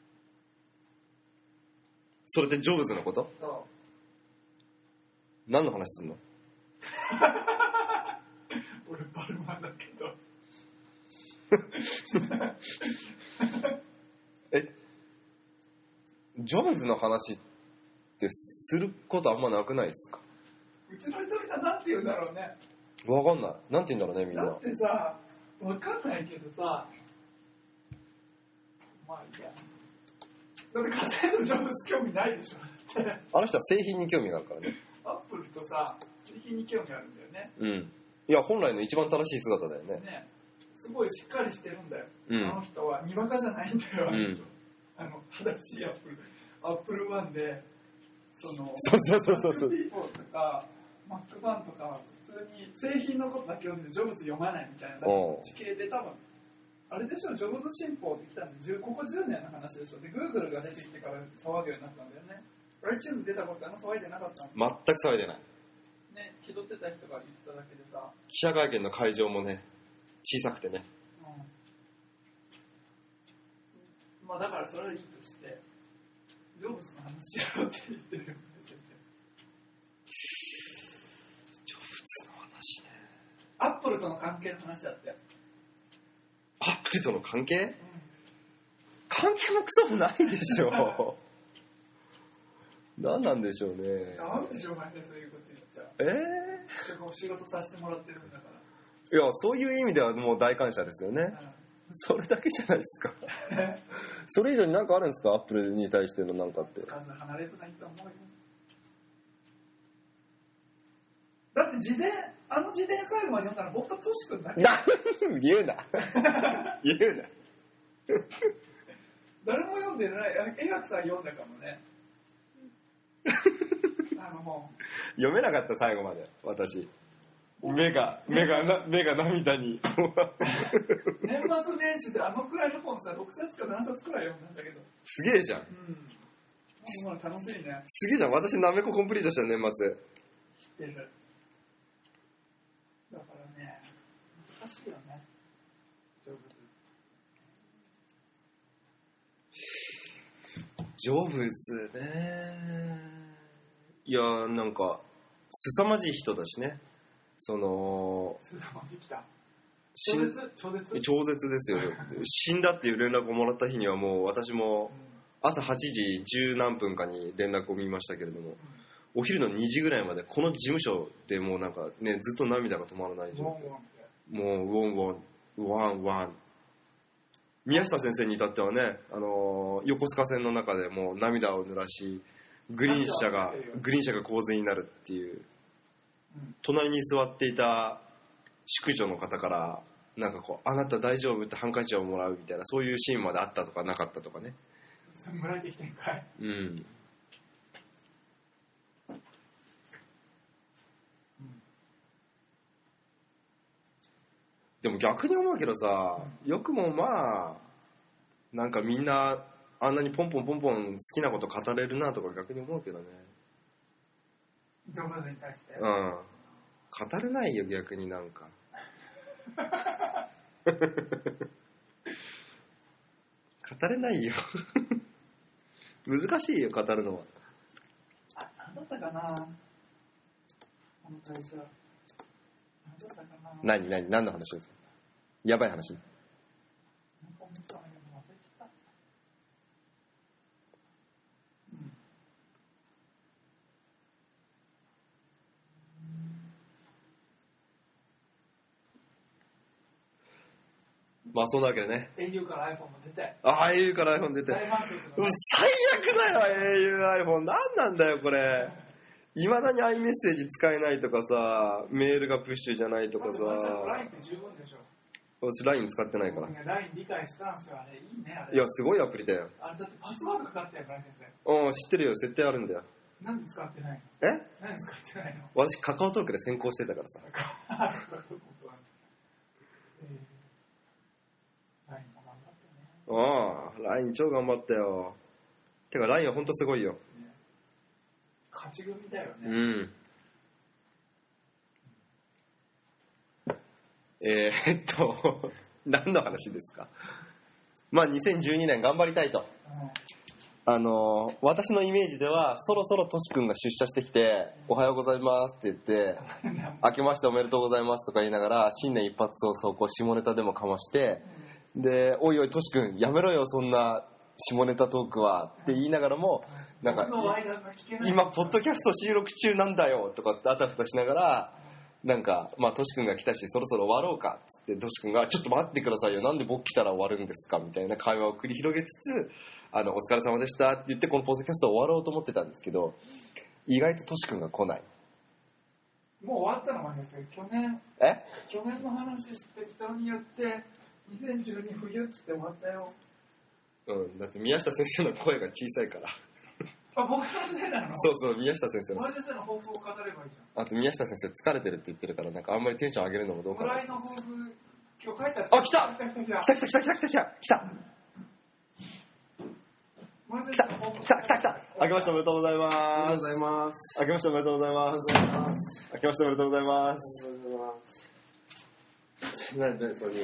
Speaker 1: それでジョブズのこと？
Speaker 2: そう。
Speaker 1: 何の話すんの？
Speaker 2: 俺バルマンだけど。
Speaker 1: ジョブズの話ってすることあんまなくないですか？
Speaker 2: うちの人みんななんて言うんだろうね。
Speaker 1: わかんない。なんて言うんだろうね、みんな。
Speaker 2: だってさ、わかんないけどさ、まあいいや。だって稼いのジョブズ興味ないでしょ。
Speaker 1: あの人は製品に興味があるからね。
Speaker 2: アップルとさ、製品に興味あるんだよね。
Speaker 1: うん。いや、本来の一番正しい姿だよね。
Speaker 2: ね、すごいしっかりしてるんだよ。
Speaker 1: うん、
Speaker 2: あの人はにわかじゃないんだよ。
Speaker 1: うん、
Speaker 2: 正しいアップルワンで、
Speaker 1: そう
Speaker 2: マックピーポーとかマックファンとか普通に製品のことだけ読んでジョブズ読まないみたいな地形で、多分あれでしょ、ジョブズ新報って来たんでここ10年の話でしょ。で Google が出てきてから騒ぐようになったんだよね。iTunes 出たこと騒いでなかったの？
Speaker 1: 全く騒いでない
Speaker 2: ね。気取ってた人が言ってただけでさ、
Speaker 1: 記者会見の会場もね、小さくてね、
Speaker 2: だからそれはいいとしてジョブズの話しろって言ってるよね。
Speaker 1: ジョブズの話ね。
Speaker 2: アップルとの関係の話だって。
Speaker 1: アップルとの関係？関係もクソもないでしょ。何なんでしょうね。
Speaker 2: なんでしょうがない、そういうこと言っちゃう。仕事させてもらってるんだから。
Speaker 1: いや、そういう意味ではもう大感謝ですよね。それだけじゃないですか。それ以上に何かあるんですか、アップルに対しての何かって。
Speaker 2: 数離れてないと思うよ。だって自伝最後まで読んだら僕とトシ君だけ。
Speaker 1: 言うな。
Speaker 2: 誰も読んでない。絵学さん読んだかもね。も
Speaker 1: う読めなかった最後まで私。目が涙に。
Speaker 2: 年末年始であのくらいの本さ、6冊か7冊くらい読んだんだけど。
Speaker 1: すげえじゃん。
Speaker 2: 楽しいね。
Speaker 1: すげえじゃん。私なめこコンプリートした年末。
Speaker 2: 知ってる。だからね、難しいよね。
Speaker 1: ジョブズね。いや、なんか凄まじい人だしね。
Speaker 2: 凄まじきた。超
Speaker 1: 絶ですよ。死んだっていう連絡をもらった日にはもう私も朝8時10何分かに連絡を見ましたけれども、お昼の2時ぐらいまでこの事務所でもうなんかね、ずっと涙が止まらない状況。もうウォンウォンワンワン。宮下先生に至ってはね、横須賀線の中でもう涙を濡らし、 グリーン車が洪水になるっていう、隣に座っていた宿女の方からなんかこうあなた大丈夫ってハンカチをもらうみたいな、そういうシーンまであったとかなかったとかね。
Speaker 2: それもらえてきてんかい。
Speaker 1: でも逆に思うけどさ、よくもまあなんかみんなあんなにポンポン好きなこと語れるなとか逆に思うけどね。
Speaker 2: ジョブズに対して。
Speaker 1: 語れないよ逆になんか。語れないよ。難しいよ語るのは。
Speaker 2: 何だったかな。この会社。何だったかな。
Speaker 1: 何の話ですか。やばい話。
Speaker 2: なんか思ってたんだけど忘れちゃった。
Speaker 1: まあそんなわけでね。
Speaker 2: au から iPhone も出て。
Speaker 1: au から iPhone 出て。最悪だよ au iPhone。何なんだよこれ。いまだに iMessage 使えないとかさ、メールがプッシュじゃないとかさ。
Speaker 2: LINE って十分でしょ。
Speaker 1: 私 LINE 使ってないから。
Speaker 2: LINE 理解したんですよ。あれいいねあれ。
Speaker 1: いやすごいアプリだよ。
Speaker 2: あれだってパスワードかかってたよね先生。
Speaker 1: 知ってるよ、設定あるんだよ。
Speaker 2: なんで使ってない
Speaker 1: の？
Speaker 2: なんで使ってないの？
Speaker 1: 私カカオトークで先行してたからさ。
Speaker 2: LINE も頑張ってね。
Speaker 1: LINE 超頑張ったよ。てか LINE はほんとすごいよ。
Speaker 2: 勝ち組だよね。
Speaker 1: 何の話ですか。まあ2012年頑張りたいと。私のイメージではそろそろトシ君が出社してきておはようございますって言って明けましておめでとうございますとか言いながら新年一発早々こう下ネタでもかましてでおいおいトシ君やめろよそんな下ネタトークはって言いながらもなんか今ポッドキャスト収録中なんだよとかってあたふたしながらなんかまあトシ君が来たしそろそろ終わろうかっつってトシ君がちょっと待ってくださいよなんで僕来たら終わるんですかみたいな会話を繰り広げつつお疲れ様でしたって言ってこのポッドキャストを終わろうと思ってたんですけど意外とトシ君が来ない。
Speaker 2: もう終わったのかですよ。去年の話適当に言って2012冬っつって終わったよ。
Speaker 1: だって宮下先生の声が小さいから。
Speaker 2: 僕のせいなの？
Speaker 1: そう宮下先生の。
Speaker 2: 宮下先生の抱負を語ればいいじゃん。
Speaker 1: あと宮下先生疲れてるって言ってるからなんかあんまりテンション上げるのもどうかな。
Speaker 2: 村井の抱負今日書いてあった。
Speaker 1: 来た明けましておめでとうございます。明けましておめでとうございます。明けましておめでとうございます。何それ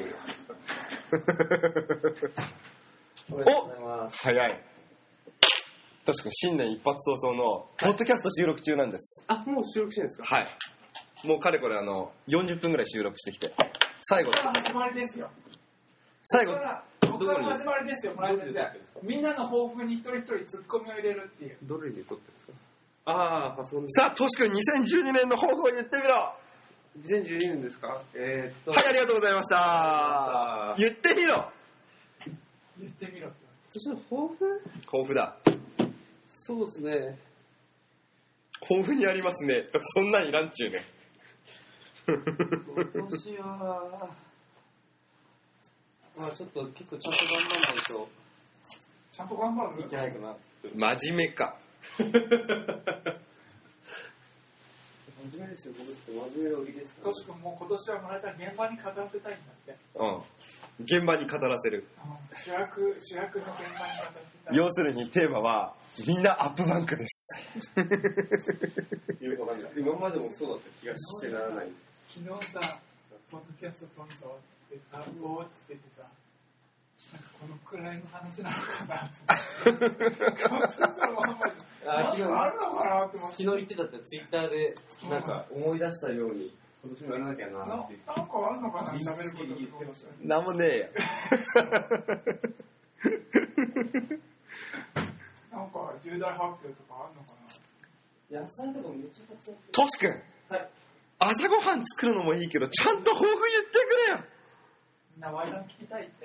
Speaker 1: お早い。確かに新年一発早々のポッドキャスト収録中なんです。
Speaker 3: もう収録してるんですか？
Speaker 1: はい。もうかれこれ40分ぐらい収録してきて最後
Speaker 2: から始まりですよ。
Speaker 1: 最後
Speaker 2: 僕から始まりですよ。村井先生みんなの抱負に一人一人ツッコミを入れるっていう。
Speaker 3: どれで撮ってるんですか？
Speaker 1: さあトシ君2012年の抱負を言ってみろ。
Speaker 3: 2012年ですか？
Speaker 1: はいありがとうございました。言ってみろ。
Speaker 3: そしたら抱
Speaker 1: 負だ。
Speaker 3: そうですね。
Speaker 1: 抱負にありますね。とかそんなんいらんちゅうね。
Speaker 3: 今年はまあちょっと結構ちゃんと頑張らないと
Speaker 2: ちゃんと頑張る
Speaker 3: いけないかな。
Speaker 1: 真面目か。
Speaker 3: 真面目ですよ。僕って真面目な売りですから。
Speaker 2: トシ君もう今年は村井さん現場に語らせたいんだって。
Speaker 1: 現場に語らせる。
Speaker 2: 主役の現場に語らせたい。
Speaker 1: 要するにテーマはみんなアップバンクです。
Speaker 3: 今までもそうだった気がしてならない。
Speaker 2: 昨日さ、ポッドキャスト撮るぞって言っておーって言ってさ、なんかこのくらいの話なのかなと思って。昨日あるのかなって思って。
Speaker 3: 昨日言ってたってツイッターでなんか思い出したように今年もやらなきゃなって。
Speaker 2: なんかあるのかな喋ること言ってましたね。
Speaker 1: なんもねえや。
Speaker 2: なんか重大発表とかあるのかな。
Speaker 3: 野菜とかめっちゃ買ってます。
Speaker 1: トシ君。はい。朝ごはん作るのもいいけどちゃんと抱負言ってくれよ。
Speaker 2: みんなワイダン聞きたいって。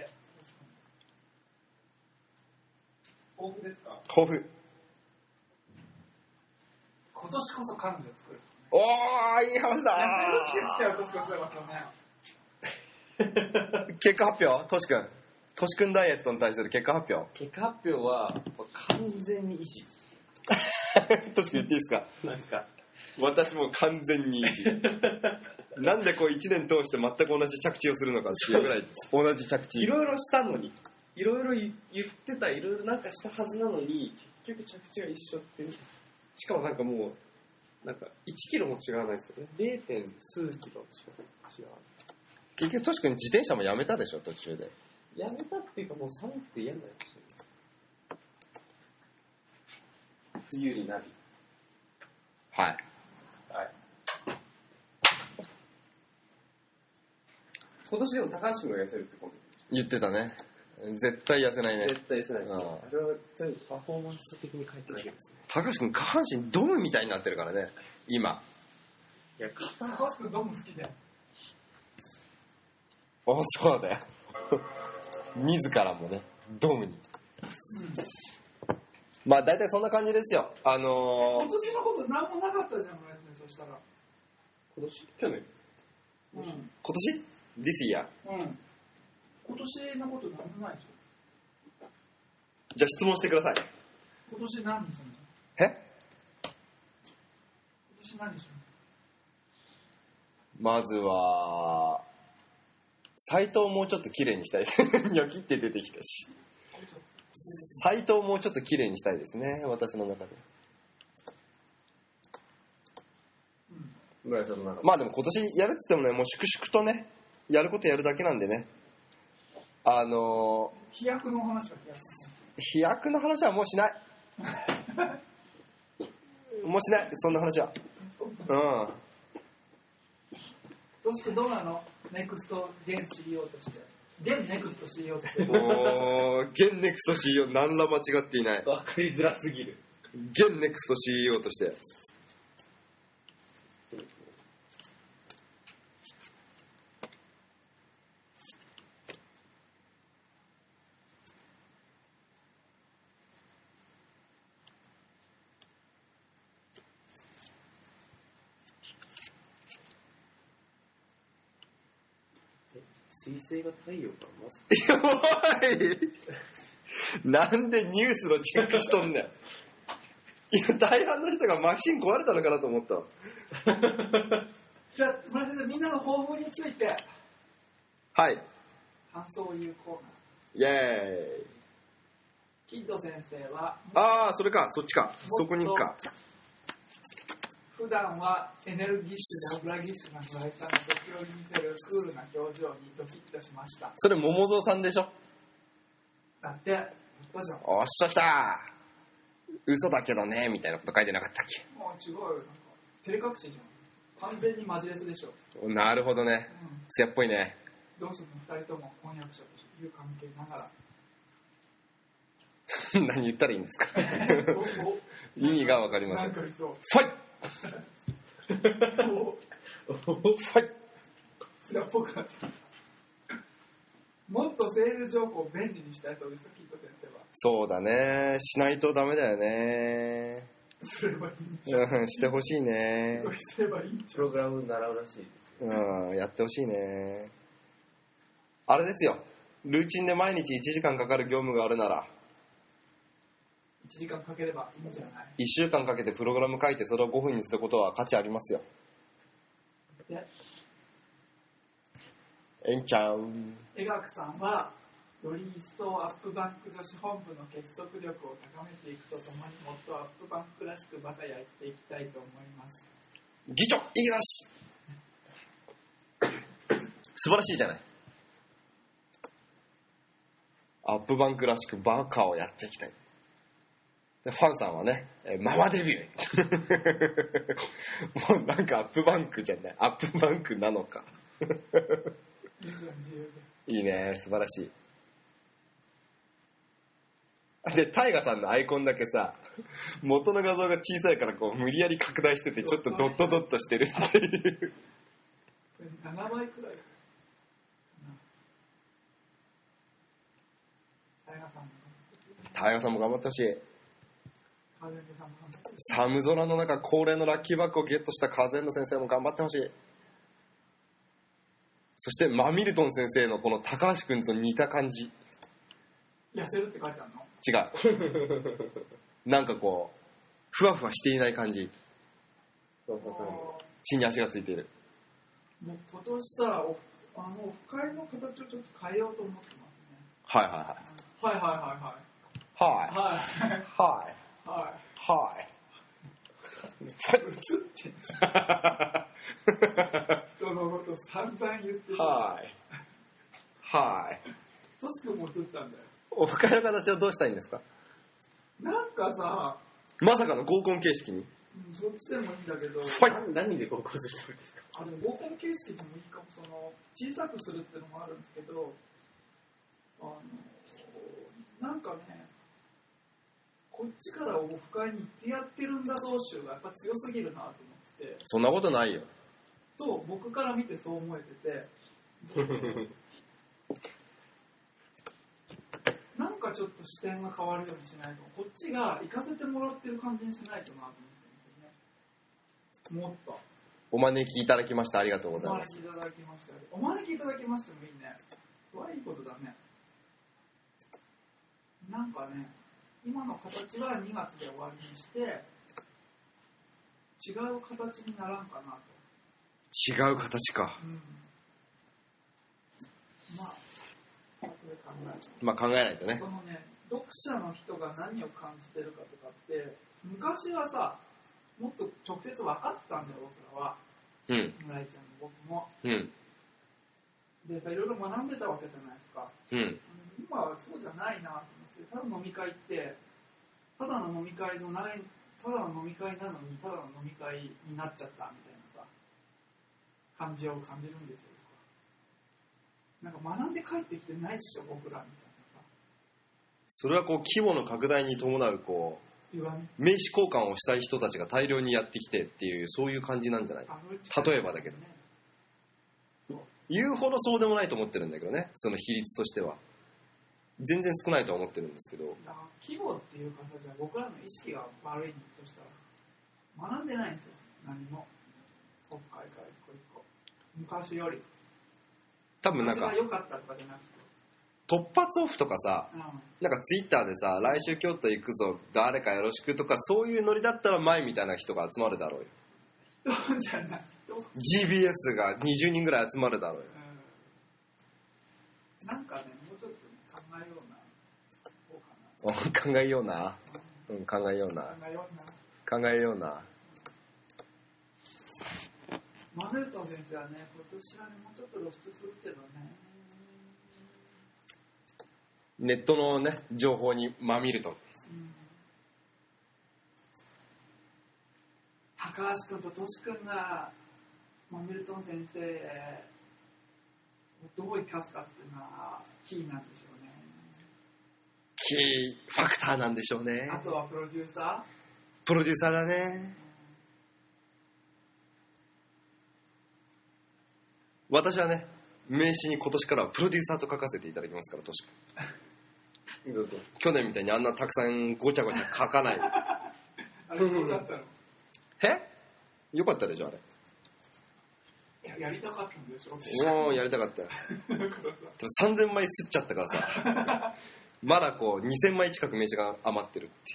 Speaker 3: 抱負ですか？
Speaker 1: 抱負。
Speaker 2: 今年こそ彼女を作る。
Speaker 1: おー、いい話だ
Speaker 2: 休み来て年越しだわ去年。
Speaker 1: 結果発表トシ君ダイエットに対する結果発表。
Speaker 3: 結果発表は完全に維持。
Speaker 1: トシ君言っていいですか？
Speaker 3: なんですか？
Speaker 1: 私も完全に維持。なんでこう1年通して全く同じ着地をするのかっていうぐらい同じ着地。
Speaker 3: いろいろしたのに、いろいろ言ってた、いろいろなんかしたはずなのに、結局着地が一緒っていう。しかもなんかもう、なんか1キロも違わないですよね。 0. 数キロしか違う。
Speaker 1: 結局トシ君自転車もやめたでしょ途中で。
Speaker 3: やめたっていうかもう寒くて嫌になりましたね。冬になり。
Speaker 1: はい。
Speaker 3: はい。今年でも高橋君が痩せるってこと
Speaker 1: 言ってたね。絶対痩せないね。
Speaker 3: 絶対痩せないですね。
Speaker 1: うん
Speaker 3: あれは全部パフォーマンス的に書いてないですね。
Speaker 1: 高橋君下半身ドムみたいになってるからね今。
Speaker 3: いや、
Speaker 2: 高橋君ドーム好きだよ。
Speaker 1: あ、そうだよ。自らもねドムに。まあ大体そんな感じですよ。
Speaker 2: 今年のこと何もなかったじゃん、そしたら。
Speaker 3: 今年去年
Speaker 2: うん。
Speaker 1: 今年 This year。
Speaker 2: うん。今年のこと何もないでしょ。
Speaker 1: じゃあ質問してください。
Speaker 2: 今年何するの？
Speaker 1: え？
Speaker 2: 今年何する
Speaker 1: まずはサイトをもうちょっと綺麗にしたい。ニョキって出てきたし。サイトをもうちょっと綺麗にしたいですね私の中で。
Speaker 3: 村井さんの中で。
Speaker 1: まあでも今年やるっつってもねもう粛々とねやることやるだけなんでね。
Speaker 2: 飛躍の話は
Speaker 1: 飛躍の話はもうしない。もうしないそんな話は。
Speaker 2: トシ君どうなの？ネクスト現 CEO として。現ネクスト CEO として。
Speaker 1: 現ネクスト CEO 何ら間違っていない。
Speaker 3: 分かりづらすぎる。
Speaker 1: 現ネクスト CEO として。
Speaker 3: 水星が太陽からまず。
Speaker 1: おいなんでニュースのチェックしとんねん。今大半の人がマシン壊れたのかなと思った。
Speaker 2: じゃあ村井先生、みんなの抱負について
Speaker 1: はい
Speaker 2: 感想を言うコーナー。
Speaker 1: イエーイ。
Speaker 2: キッド先生は
Speaker 1: ああそれかそっちかそこに行くか。
Speaker 2: 普段はエネルギッシュで油ぎっしゅな村井さんが時折見せるクールな表情にドキッとしました。
Speaker 1: それ桃蔵さんでしょ。
Speaker 2: だってやったじゃん。
Speaker 1: おっしゃ来た嘘だけどねみたいなこと書いてなかったっけ。
Speaker 2: もう違うよ、なんか照れ隠しじゃん。完全にマジレスでしょ。
Speaker 1: なるほどね。艶っぽいね。
Speaker 2: どうするの2人とも婚約者という関係ながら。
Speaker 1: 何言ったらいいんですか。意味がわかりません。
Speaker 2: なんかいそう。
Speaker 1: ファイファイ。
Speaker 2: 艶っぽくなった。もっとセール情報を便利にしたいそうですよ、キッド先生は。
Speaker 1: そうだね。しないとダメだよね。
Speaker 2: すればいいんじゃん。
Speaker 1: してほしいね。
Speaker 2: すればいいんじ
Speaker 3: プログラム習うらしいですよ。
Speaker 1: やってほしいね。あれですよ。ルーチンで毎日1時間かかる業務があるなら、
Speaker 2: 1時間かければいいんじゃない。
Speaker 1: 1週間かけてプログラム書いてそれを5分にすることは価値ありますよ。
Speaker 2: で、
Speaker 1: えんちゃん。
Speaker 2: 江学さんはより一層アップバンク女子本部の結束力を高めていくとともにもっとアップバンクらしくバカやっていきたいと思います。
Speaker 1: 議長いきなし。素晴らしいじゃない。アップバンクらしくバカをやっていきたい。でファンさんはね、ママデビュー。もうなんかアップバンクじゃない。アップバンクなのか。いいね、素晴らしい。で、タイガさんのアイコンだけさ、元の画像が小さいからこう無理やり拡大しててちょっとドットドットしてるっていう。
Speaker 2: 7倍くらい。タイガさん
Speaker 1: タイガさんも頑張ってほしい。
Speaker 2: 風邪さんも頑張ってる。
Speaker 1: 寒空の中恒例のラッキーバッグをゲットした風の先生も頑張ってほしい。そしてマミルトン先生のこの高橋君と似た感じ。
Speaker 2: 痩せるって書いてあるの？
Speaker 1: 違う。なんかこうふわふわしていない感じ。地に足がついている。
Speaker 2: もう今年さ、オフ会の形をちょっと変えようと思ってますね。
Speaker 1: はいはいはい。
Speaker 2: はいはいはいはい。
Speaker 1: はい
Speaker 2: はい。
Speaker 1: はい
Speaker 2: はい。
Speaker 1: はい。
Speaker 2: 映ってんじゃん。人のこと散々言ってる。
Speaker 1: はいはい。
Speaker 2: トシ君も映ったんだよ。
Speaker 1: オフ会の形をどうしたいんですか？
Speaker 2: なんかさ、
Speaker 1: まさかの合コン形式に。
Speaker 2: そっちでもいいんだけど、
Speaker 3: 何で合コンするんですか？
Speaker 2: でも合コン形式でもいいかも。小さくするっていうのもあるんですけど、なんかね、こっちからオフ会に行ってやってるんだぞ集がやっぱ強すぎるなと思ってて。
Speaker 1: そんなことないよ。
Speaker 2: と僕から見てそう思えててなんかちょっと視点が変わるようにしないと、こっちが行かせてもらってる感じにしないとなと思ってるんですよね。もっと
Speaker 1: お招きいただきました。ありがとうございます。
Speaker 2: お招きいただきました。お招きいただきましてもいいね。それはいいことだね。なんかね、今の形は2月で終わりにして違う形にならんかなと。
Speaker 1: 違う形か。
Speaker 2: まあ、それ考える。
Speaker 1: まあ考えないとね。
Speaker 2: そのね、読者の人が何を感じてるかとかって、昔はさ、もっと直接分かってたんだよ、僕らは。
Speaker 1: うん。
Speaker 2: 村井ちゃんも僕も。
Speaker 1: うん。
Speaker 2: でさ、いろいろ学んでたわけじゃないですか。
Speaker 1: うん。
Speaker 2: 今はそうじゃないなと思って、ただ飲み会って、ただの飲み会なのに、ただの飲み会になっちゃったみたいなさ、感じを感じるんですよ。なんか学んで帰ってきてないっしょ、僕らみたいなさ。
Speaker 1: それはこう規模の拡大に伴うこう名刺交換をしたい人たちが大量にやってきてっていう、そういう感じなんじゃない？例えばだけどね。言うほどそうでもないと思ってるんだけどね、その比率としては全然少ないとは思ってるんですけど。
Speaker 2: 規模っていう形は僕らの意識が悪いとしたら学んでないんですよ、何も。国会から一個一個昔より。
Speaker 1: 多分なんか
Speaker 2: 良かったとかじゃなくて、
Speaker 1: 突発オフとかさ、なんかツイッターでさ、来週京都行くぞ誰かよろしくとか、そういうノリだったら前みたいな人が集まるだろうよ。
Speaker 2: 人じゃなくて
Speaker 1: GBS が20人ぐらい集まるだろうよ。
Speaker 2: なんかね、もうちょっと、ね、考えような、どうかな。
Speaker 1: 考えような、考えような、考えような。
Speaker 2: マネルトン先生はね、今年はね、もうちょっと露出するけどね。
Speaker 1: ネットのね、情報にまみると。
Speaker 2: 高橋君とトシ君が、マミルトン先生をどう生かすかっていうのは、キーなんでしょうね。
Speaker 1: キーファクターなんでしょうね。
Speaker 2: あとはプロデューサー。
Speaker 1: プロデューサーだね。私はね、名刺に今年からはプロデューサーと書かせていただきますから、トシ君。去年みたいにあんなたくさんごちゃごちゃ書かない。
Speaker 2: あれどうだったの？
Speaker 1: よかったでしょ、あれ。
Speaker 2: やりたかったんでしょ。
Speaker 1: もうやりたかったよ。3000枚吸っちゃったからさ、まだこう2000枚近く名刺が余ってるっていう。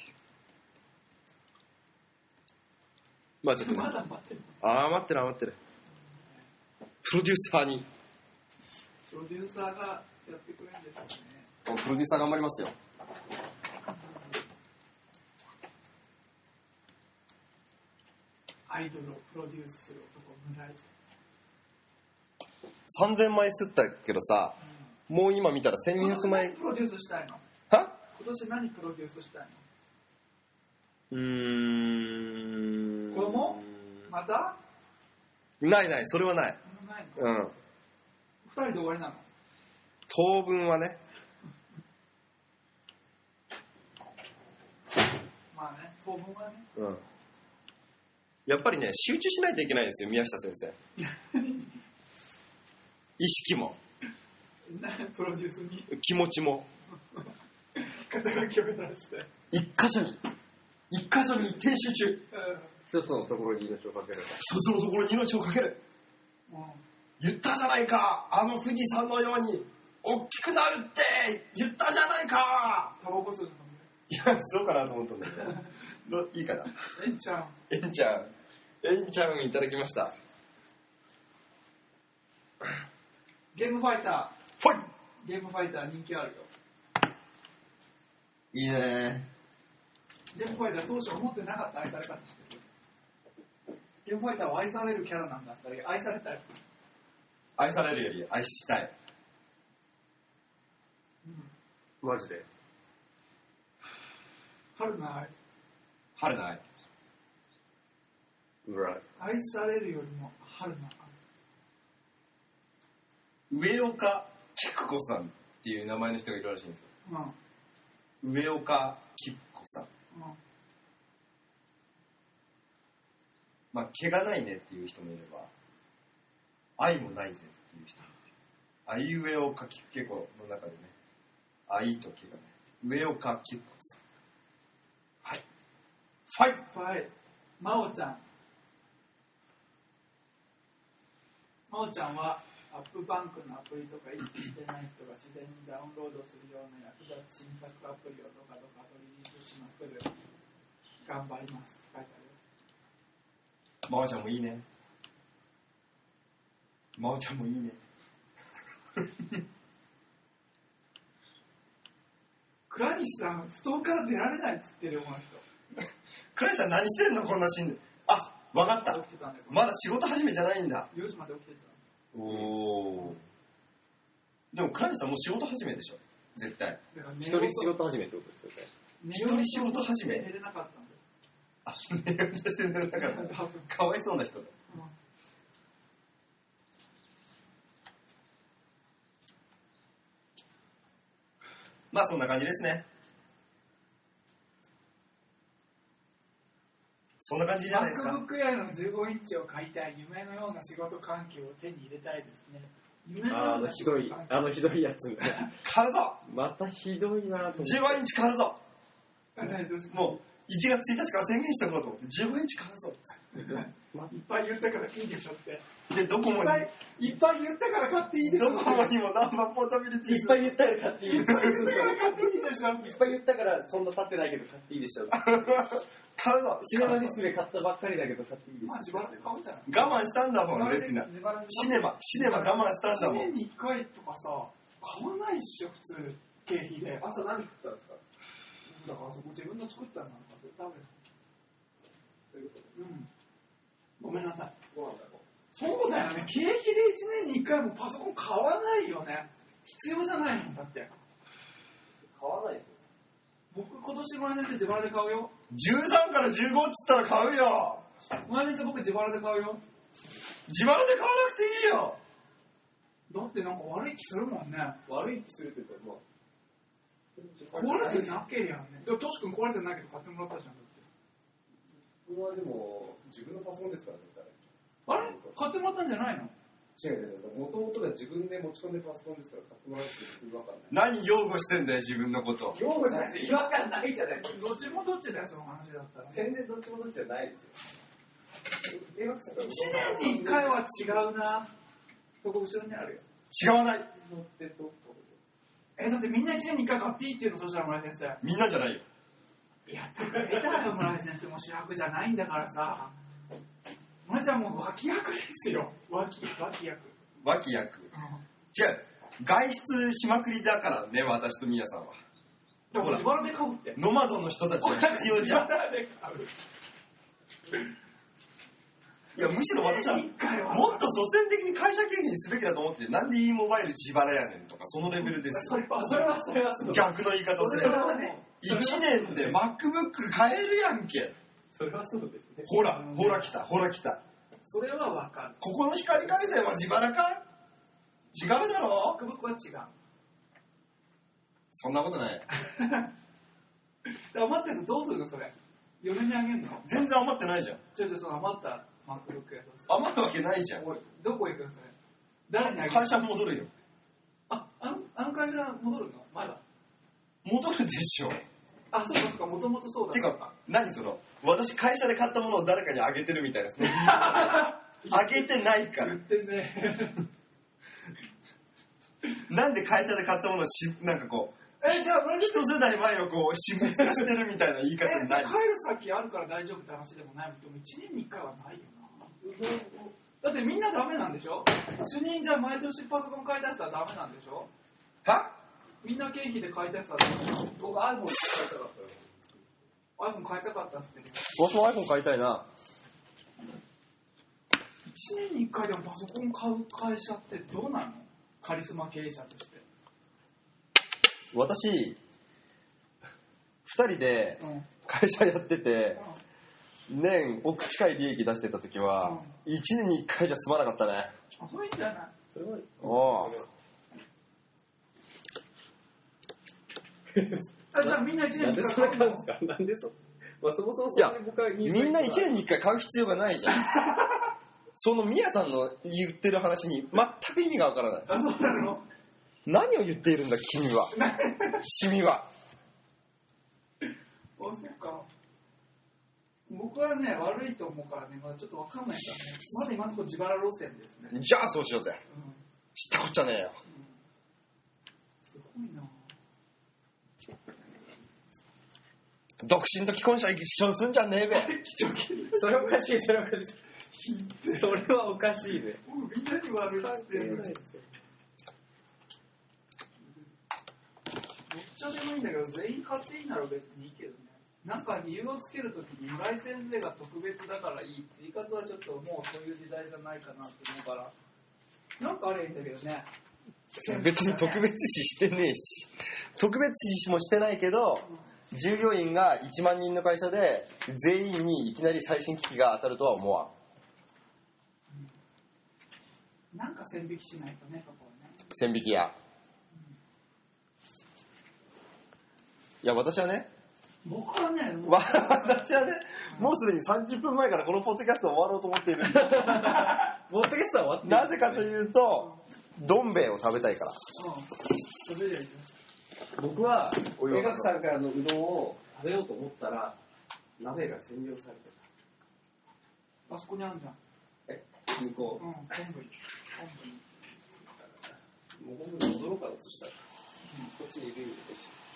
Speaker 1: まあちょっとね、
Speaker 2: まだ余ってる。
Speaker 1: 余ってる。プロデューサーに。
Speaker 2: プロデューサーがやってくれるんでしょうね。
Speaker 1: プロデューサー頑張りますよ。
Speaker 2: アイドルをプロデュースする男、村井。
Speaker 1: 3000枚吸ったけどさ、もう今見たら1200枚。
Speaker 2: プロデュースしたいの？
Speaker 1: は？
Speaker 2: 今年何プロデュースしたいの？子供？また？
Speaker 1: ない、それはない。
Speaker 2: 2人で終わりなの？
Speaker 1: 当分はね。
Speaker 2: まあね、当分はね。
Speaker 1: やっぱりね、集中しないといけないんですよ、宮下先生。意識も。
Speaker 2: プロデュースに。
Speaker 1: 気持ちも。
Speaker 2: 肩書きを目指して。
Speaker 1: 一箇所に一箇所に一点集中。
Speaker 3: 一つのところに命をかける。
Speaker 1: 一つのところに命をかける。言ったじゃないか、あの富士山のように大きくなるって言ったじゃないか。
Speaker 2: タバコ吸うの。
Speaker 1: いや、そうかなと思ったんだけど。いいかな。
Speaker 2: えんちゃん。
Speaker 1: えんちゃん。えんちゃんいただきました。
Speaker 2: ゲームファイタ
Speaker 1: ファイ
Speaker 2: ー。ゲームファイター人気あるよ。
Speaker 1: いいね。
Speaker 2: ゲームファイター当初思ってなかった愛され方してる。ゲームファイターは愛されるキャラなんだったら愛されたい。
Speaker 1: 愛されるより愛したい。
Speaker 3: マジで。
Speaker 2: 春の愛。
Speaker 1: 春の愛。
Speaker 2: 愛されるよりも春の愛。
Speaker 1: 上岡菊子さんっていう名前の人がいるらしいんですよ。
Speaker 2: うん。
Speaker 1: 上岡菊子さん。
Speaker 2: うん。
Speaker 1: まあ、毛がないねっていう人もいれば、愛もないぜっていう人もいる。あいうえおかきくけこの中でね、愛と毛がない。上岡菊子さん。はい。ファイト。
Speaker 2: はい。まおちゃん。まおちゃんは、アップバンクのアプリとか意識してない人が自然にダウンロードするような役立つ新作アプリをどかどかとリリースしまくる。頑張りますって書いてあるよ。
Speaker 1: まおちゃんもいいね。まおちゃんもいいね。
Speaker 2: 倉西さん、布団から出られないっつってるよ、この人。
Speaker 1: 倉石さん何してんのこんなシーンで。あ、わかった。
Speaker 2: 起きてたんだよ。
Speaker 1: まだ仕事始めじゃないんだ。
Speaker 2: 4時まで起きてた。
Speaker 1: おー。でも倉石さんもう仕事始めでしょ絶対。
Speaker 3: 一人仕事始めってことですよね。
Speaker 1: 一人仕事始め。
Speaker 2: 寝れなかったんだよ。
Speaker 1: あ、寝ようとして寝れなかった。かわいそうな人だ。まあそんな感じですね。そんな感じじゃないですか。
Speaker 2: MacBook Air の15インチを買いたい。夢のような仕事環境を手に入れたいですね。夢のような仕事環境。
Speaker 3: ひどいやつ。
Speaker 1: 買うぞ。
Speaker 3: またひどいなと思って。
Speaker 1: 15インチ買うぞ。
Speaker 2: も
Speaker 1: う1月1日から宣言しておこうと思って15インチ買うぞ。
Speaker 2: ういっぱい言ったからいいでしょって。
Speaker 1: で、ドコモに。
Speaker 2: いっぱい言ったから買っていいでしょ。
Speaker 1: ドコモにもナンバーポータビリティ。
Speaker 3: いっぱい言ったから買っていいでしょ。
Speaker 2: いっぱい言ったから買っていいでしょ。
Speaker 3: いっぱい言ったからそんな経ってないけど買っていいでしょ。
Speaker 1: 買うぞ。
Speaker 3: シネマディスプレイ買ったばっかりだけど買っていいでしょ。
Speaker 2: まあ自腹で買うんじゃない。
Speaker 1: 我慢したんだもん、レティナ。シネマ我慢したんだもん。
Speaker 2: 1年に1回とかさ、買わないっしょ、普通、経費で。
Speaker 3: 朝何食ったんですか？
Speaker 2: だからそこ自分の作ったのなんかそれ食べる。
Speaker 3: そういうこと。
Speaker 2: うん。ごめんなさい。
Speaker 3: そうなんだろう。
Speaker 2: そうだよね。経費で1年に1回もパソコン買わないよね。必要じゃないもんだって。
Speaker 3: 買わないですよ。
Speaker 2: 僕今年来年で自腹で買うよ。
Speaker 1: 13から15っつったら買うよ。
Speaker 2: 来年で僕自腹で買うよ。
Speaker 1: 自腹で買わなくていいよ。
Speaker 2: だってなんか悪い気するもんね。
Speaker 3: 悪い気するというか、まあ。
Speaker 2: 壊れてなけりゃね。でもトシ君壊れてないけど買ってもらったじゃん。だって
Speaker 3: 僕はでも自分のパソコンですから絶対。
Speaker 2: あれ買ってもらったんじゃないの？
Speaker 3: 違う。もともとが自分で持ち込んでパソコンですから買ってもらうって別に違和感ない。
Speaker 1: 何擁護してんだよ、自分のこと。
Speaker 3: 用語じゃないですよ。違和感ないじゃないですか。
Speaker 2: どっちもどっちだよ、その話だったら。
Speaker 3: 全然どっちもどっちじゃないですよ。
Speaker 2: 1年に1回は違うな。そこ後ろにあるよ。
Speaker 1: 違わない。
Speaker 2: だってみんな1年に1回買っていいっていうの、そしたら村井先生。
Speaker 1: みんなじゃないよ。
Speaker 2: いや、だから村井先生も主役じゃないんだからさ。村井ちゃんもう脇役ですよ。脇役。
Speaker 1: 脇役。じゃあ、外出しまくりだからね、私とミヤさんは。
Speaker 2: でも自腹で買うって。
Speaker 1: ノマドの人たちは必要じゃん。
Speaker 2: 自腹で買う。
Speaker 1: いや、むしろ私は、もっと率先的に会社経費にすべきだと思ってて、なんで E モバイル自腹やねんとか、そのレベルですよ。
Speaker 2: それはそう。
Speaker 1: 逆の言い方すれば。1年で MacBook 買えるやんけ。
Speaker 3: それはそうですね。
Speaker 1: ほら来た。
Speaker 2: それはわかる。
Speaker 1: ここの光回線は自腹か？違うだろ？
Speaker 2: MacBook は違う。
Speaker 1: そんなことない。
Speaker 2: 余ったやつどうするのそれ？嫁にあげんの？
Speaker 1: 全然余ってないじゃん。
Speaker 2: ちょその余った MacBook やどうする？
Speaker 1: 余るわけないじゃん。
Speaker 2: どこ行くのそれ？誰にあげる？
Speaker 1: 会社戻るよ。
Speaker 2: あの会社戻るの？まだ？
Speaker 1: 戻るでしょ。
Speaker 2: あ、そうかそうか、もともとそうだ
Speaker 1: てか、何その、私会社で買ったものを誰かにあげてるみたいですね。あげてないから
Speaker 2: 言っ。てね。
Speaker 1: なんで会社で買ったものをなんかこう、
Speaker 2: じゃあ、
Speaker 1: 一世代前をこう、私物化してるみたいな言い方に
Speaker 2: じゃあ
Speaker 1: な
Speaker 2: 帰る先あるから大丈夫って話でもないのでも1年に1回はないよな。だってみんなダメなんでしょ。主任じゃあ毎年パソコン買い出したらダメなんでしょ。
Speaker 1: は
Speaker 2: みんな経費で買い出したらダメ。僕 iPhone 買いたかったよ。iPhone 買いたかったって言ってる。
Speaker 1: 私も iPhone 買いたいな。
Speaker 2: 1年に1回でもパソコン買う会社ってどうなの？カリスマ経営者として。
Speaker 1: 私、2人で会社やってて、年億近い利益出してた時は、1年に1回じゃ済まなかったね。
Speaker 2: あ、それいいんじゃない？
Speaker 3: それは
Speaker 1: お
Speaker 2: じゃあみんな1年に1
Speaker 3: なんでそ
Speaker 2: 回買うの？
Speaker 3: れ買うんですか？なんでそ、まあ、そもそもそ
Speaker 1: いや
Speaker 3: れ僕は
Speaker 1: みんな1年に1回買う必要がないじゃん。そのミヤさんの言ってる話に全く意味がわからない。
Speaker 2: あ、そうなの？
Speaker 1: 何を言っているんだ君は。君は。
Speaker 2: あ、そっか。僕はね、悪いと思うからね、まだちょっとわかんないからね。まだ今のところ自腹路線ですね。
Speaker 1: じゃあそうしようぜ。
Speaker 2: うん。
Speaker 1: 知ったこっちゃねえよ。
Speaker 2: すごいな。
Speaker 1: 独身と既婚者一緒にすんじゃねえべ。
Speaker 3: それおかしい、それおかしい。それはおかしいね。
Speaker 2: みんなに悪いって言ってる。どっちでもいいんだけど、全員買っていいなら別にいいけどね。なんか理由をつけるときに、村井先生が特別だからいいって言い方はちょっともうそういう時代じゃないかなって思うから、なんかあれいいんだけどね。
Speaker 1: 別に特別視してねえし。特別視もしてないけど、従業員が1万人の会社で全員にいきなり最新機器が当たるとは思わん。
Speaker 2: なんか線引きしないとね、そこはね。
Speaker 1: 線引き屋。いや、私はね、
Speaker 2: 僕はね、
Speaker 1: 私はね、もうすでに30分前からこのポッドキャスト終わろうと思っている。
Speaker 3: ポッドキャストは終わってる。
Speaker 1: なぜかというと、どん兵衛を食べたいから。
Speaker 2: 食べりゃいいじ
Speaker 3: 僕は、
Speaker 1: おい
Speaker 3: 映画さんからのうどんを食べようと思ったら、鍋が占領されて
Speaker 2: ゃん。あそこにあるじゃん。
Speaker 3: た。向こう。
Speaker 2: うん、昆布。
Speaker 3: もう本当に戻ろうかなとしたら、こっちにいる意味で。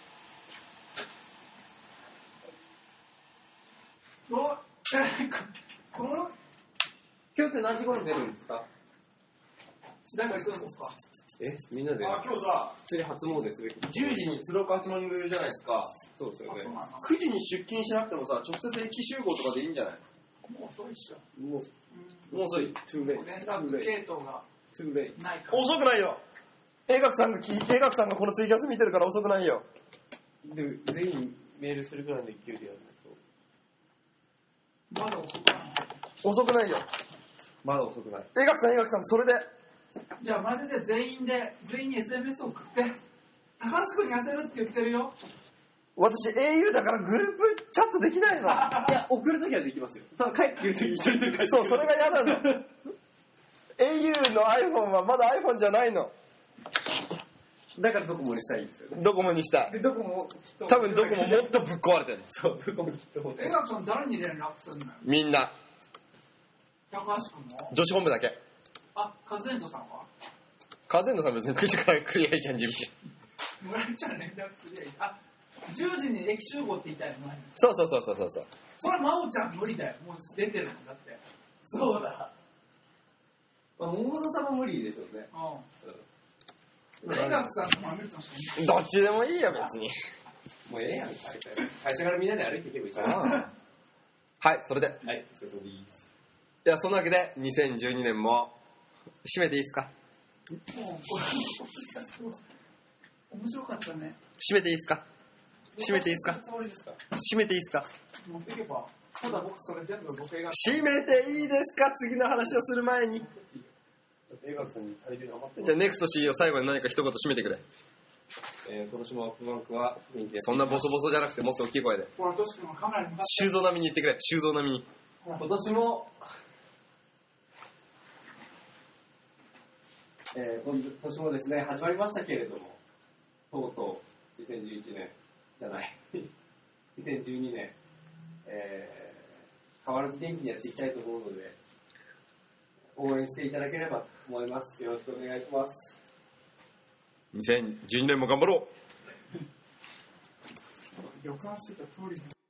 Speaker 2: この、
Speaker 3: 今日って何時頃出るんですか？
Speaker 2: 誰か行くんですか？
Speaker 3: みんなで
Speaker 1: 今日さ、
Speaker 3: 普通に初詣すべき。
Speaker 1: 10時に鶴岡八幡宮じゃないですか。
Speaker 3: そうですよね。
Speaker 2: そうなの？
Speaker 1: 9時に出勤しなくてもさ、直接駅集合とかでいいんじゃない？
Speaker 2: もう遅いっしょ。
Speaker 3: もう、
Speaker 1: もう遅い。
Speaker 3: トゥーレイ。
Speaker 2: 連絡系統が
Speaker 3: トゥーレイ。
Speaker 2: ないから。
Speaker 1: 遅くないよ。映学さんがこのツイキャス見てるから遅くないよ。
Speaker 3: で、全員メールするぐらいの勢いでやらないと。
Speaker 2: まだ遅くない。
Speaker 1: 遅くないよ。
Speaker 3: まだ遅くない。
Speaker 1: 映学さん、それで。
Speaker 2: じゃあ、マジで全員に SMS を送って、高橋君に痩せるって言ってるよ。
Speaker 1: 私 au だからグループチャットできないの。
Speaker 3: いや、送るときはできますよ。ただ帰ってくるとき一人で帰ってくる。
Speaker 1: そう、それが嫌なの。au の iPhone はまだ iPhone じゃないの。
Speaker 3: だからドコモにしたいんですよね。
Speaker 1: ドコモにしたい。
Speaker 2: で、どこもきっと。
Speaker 1: 多分ドコモもっとぶっ壊れてる。
Speaker 3: そう、ドコモきっと思って
Speaker 2: 江川さん誰に連絡するのよ。
Speaker 1: みんな。
Speaker 2: 高橋君も。
Speaker 1: 女子本部だけ。
Speaker 2: あ、カズエンドさんは
Speaker 1: カズエンドさん別に9時からクリアいいじゃん、準備。
Speaker 2: 村井ちゃん連絡すりゃいい。あ、10時に駅集合って言いたいの前に。
Speaker 1: そう。
Speaker 2: それ、真央ちゃん無理だよ。もう出てるもんだって。そうだ。
Speaker 3: まあ、桃野さんも無理でしょうね。
Speaker 2: うん。江川さんとマミルちゃんしかいない。
Speaker 1: どっちでもいいよ、別に。
Speaker 3: もうええやん、会社からみんなで歩いていけばいいじゃん。は
Speaker 1: はい、それで。
Speaker 3: い、お疲れ様です。
Speaker 1: いや、そんなわけで、2012年も、締めていいですか？
Speaker 2: もう、これ、面白かったね。
Speaker 1: 締めていいですか？締めていいですか？
Speaker 3: つもりですか？
Speaker 1: 締めていいですか？
Speaker 2: 持っていけば。ただ僕それ全部僕が。
Speaker 1: 締めていいですか？次の話をする前に。
Speaker 3: 映画さんに足りるの余って
Speaker 1: じゃあ、ネクスト CEO 最後に何か一言締めてくれ。
Speaker 3: 今年もアップバンクは
Speaker 1: そんなボソボソじゃなくてもっと大きい声で。
Speaker 2: ほら、トシ君がカメラに向かって。
Speaker 1: 修造並みに言ってくれ。修造並みに。
Speaker 3: 今年も、今年もですね、始まりましたけれども、とうとう2011年じゃない。 2012年、変わらず元気にやっていきたいと思うので、応援していただければと思います。よろしくお願いします。
Speaker 1: 2012年も頑張ろう。
Speaker 2: 予感してた通りに